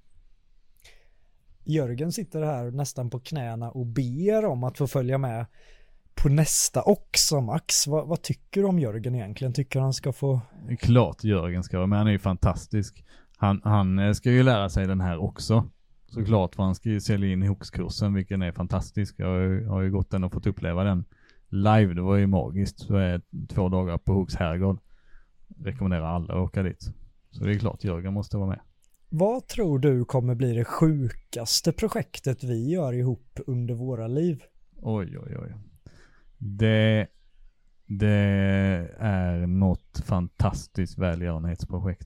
Jörgen sitter här nästan på knäna och ber om att få följa med på nästa också, Max. Vad, vad tycker du om Jörgen egentligen? Tycker han ska få... Klart Jörgen ska vara med. Han är ju fantastisk. Han, han ska ju lära sig den här också. Såklart, för han ska ju sälja in Hooks-kursen, vilken är fantastisk. Jag har ju, har ju gått den och fått uppleva den live. Det var ju magiskt. Så är två dagar på Hooks herrgård. Rekommenderar alla att åka dit. Så det är klart, Jörgen måste vara med. Vad tror du kommer bli det sjukaste projektet vi gör ihop under våra liv? Oj, oj, oj. Det, det är något fantastiskt välgörenhetsprojekt.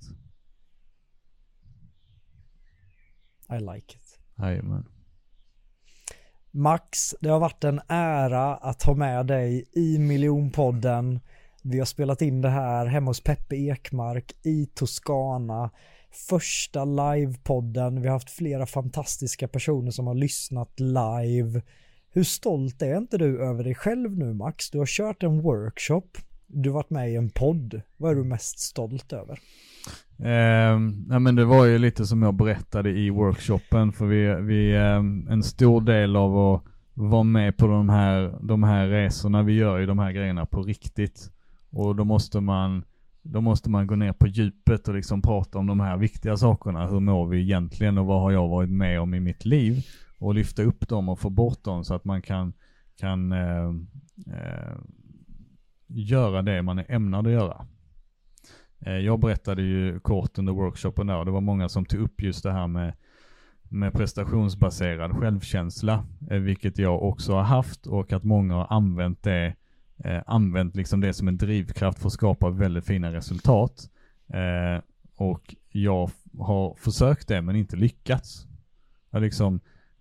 I like it. Jajamän. Max, det har varit en ära att ha med dig i Miljonpodden. Vi har spelat in det här hemma hos Peppe Ekmark i Toscana. första livepodden. Vi har haft flera fantastiska personer som har lyssnat live. Hur stolt är inte du över dig själv nu, Max? Du har kört en workshop. Du har varit med i en podd. Vad är du mest stolt över? Eh, ja, men det var ju lite som jag berättade i workshopen. För vi, vi eh, en stor del av att vara med på de här, de här resorna. Vi gör ju de här grejerna på riktigt. Och då måste man, då måste man gå ner på djupet och liksom prata om de här viktiga sakerna. Hur mår vi egentligen och vad har jag varit med om i mitt liv? Och lyfta upp dem och få bort dem så att man kan, kan eh, eh, göra det man är ämnad att göra. Eh, jag berättade ju kort under workshopen där och det var många som tog upp just det här med, med prestationsbaserad självkänsla. Eh, vilket jag också har haft och att många har använt det, eh, använt liksom det som en drivkraft för att skapa väldigt fina resultat. Eh, och jag har försökt det men inte lyckats. Jag liksom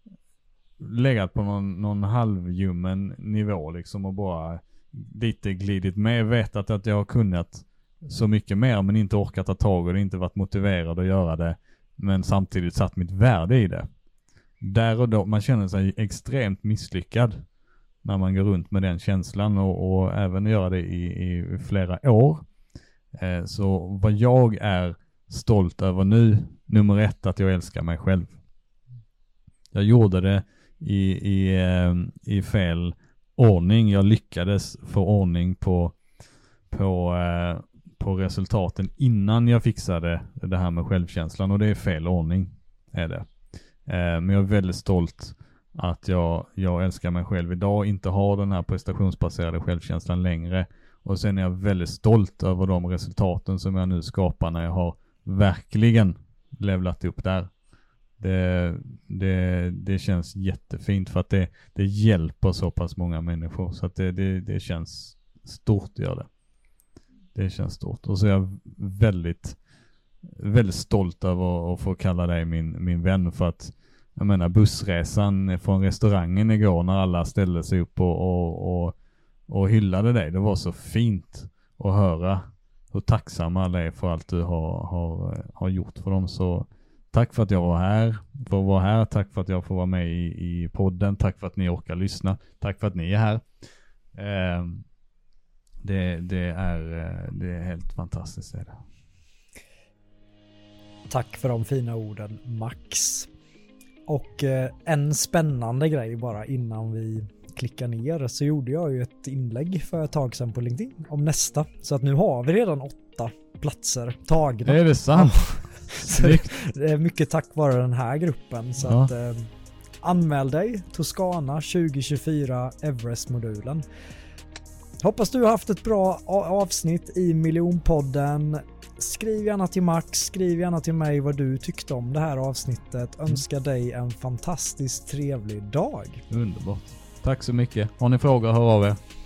legat på någon, någon halvljummen nivå liksom och bara lite glidit med, vetat att jag har kunnat så mycket mer men inte orkat ta tag och det inte varit motiverad att göra det men samtidigt satt mitt värde i det. Där och då, man känner sig extremt misslyckad när man går runt med den känslan och, och även göra det i, i flera år. Eh, så vad jag är stolt över nu, nummer ett, att jag älskar mig själv. Jag gjorde det i, i, i fel ordning. Jag lyckades få ordning på, på, på resultaten innan jag fixade det här med självkänslan. Och det är fel ordning, är det. Men jag är väldigt stolt att jag, jag älskar mig själv idag. Inte har den här prestationsbaserade självkänslan längre. Och sen är jag väldigt stolt över de resultaten som jag nu skapar när jag har verkligen levlat upp där. Det, det, det känns jättefint för att det, det hjälper så pass många människor. Så att det, det, det känns stort, gör det. Det känns stort. Och så är jag väldigt, väldigt stolt över att få kalla dig min, min vän. För att, jag menar, bussresan från restaurangen igår när alla ställde sig upp och, och, och, och hyllade dig. Det var så fint att höra hur tacksamma alla är för allt du har, har, har gjort för dem. Så tack för att jag var här, för att vara här. Tack för att jag får vara med i, i podden. Tack för att ni orkar lyssna. Tack för att ni är här. Eh, det, det, är, det är helt fantastiskt. Är det. Tack för de fina orden, Max. Och eh, en spännande grej bara innan vi klickar ner, så gjorde jag ju ett inlägg för ett tag sedan på LinkedIn om nästa. Så att nu har vi redan åtta platser tagna. Är det sant? Det är mycket tack vare den här gruppen. Så ja. att eh, anmäl dig Toscana tjugo tjugofyra Everest-modulen. Hoppas du har haft ett bra avsnitt i Miljonpodden. Skriv gärna till Max, skriv gärna till mig vad du tyckte om det här avsnittet. Önskar dig en fantastiskt trevlig dag. Underbart. Tack så mycket. Har ni frågor, hör av er.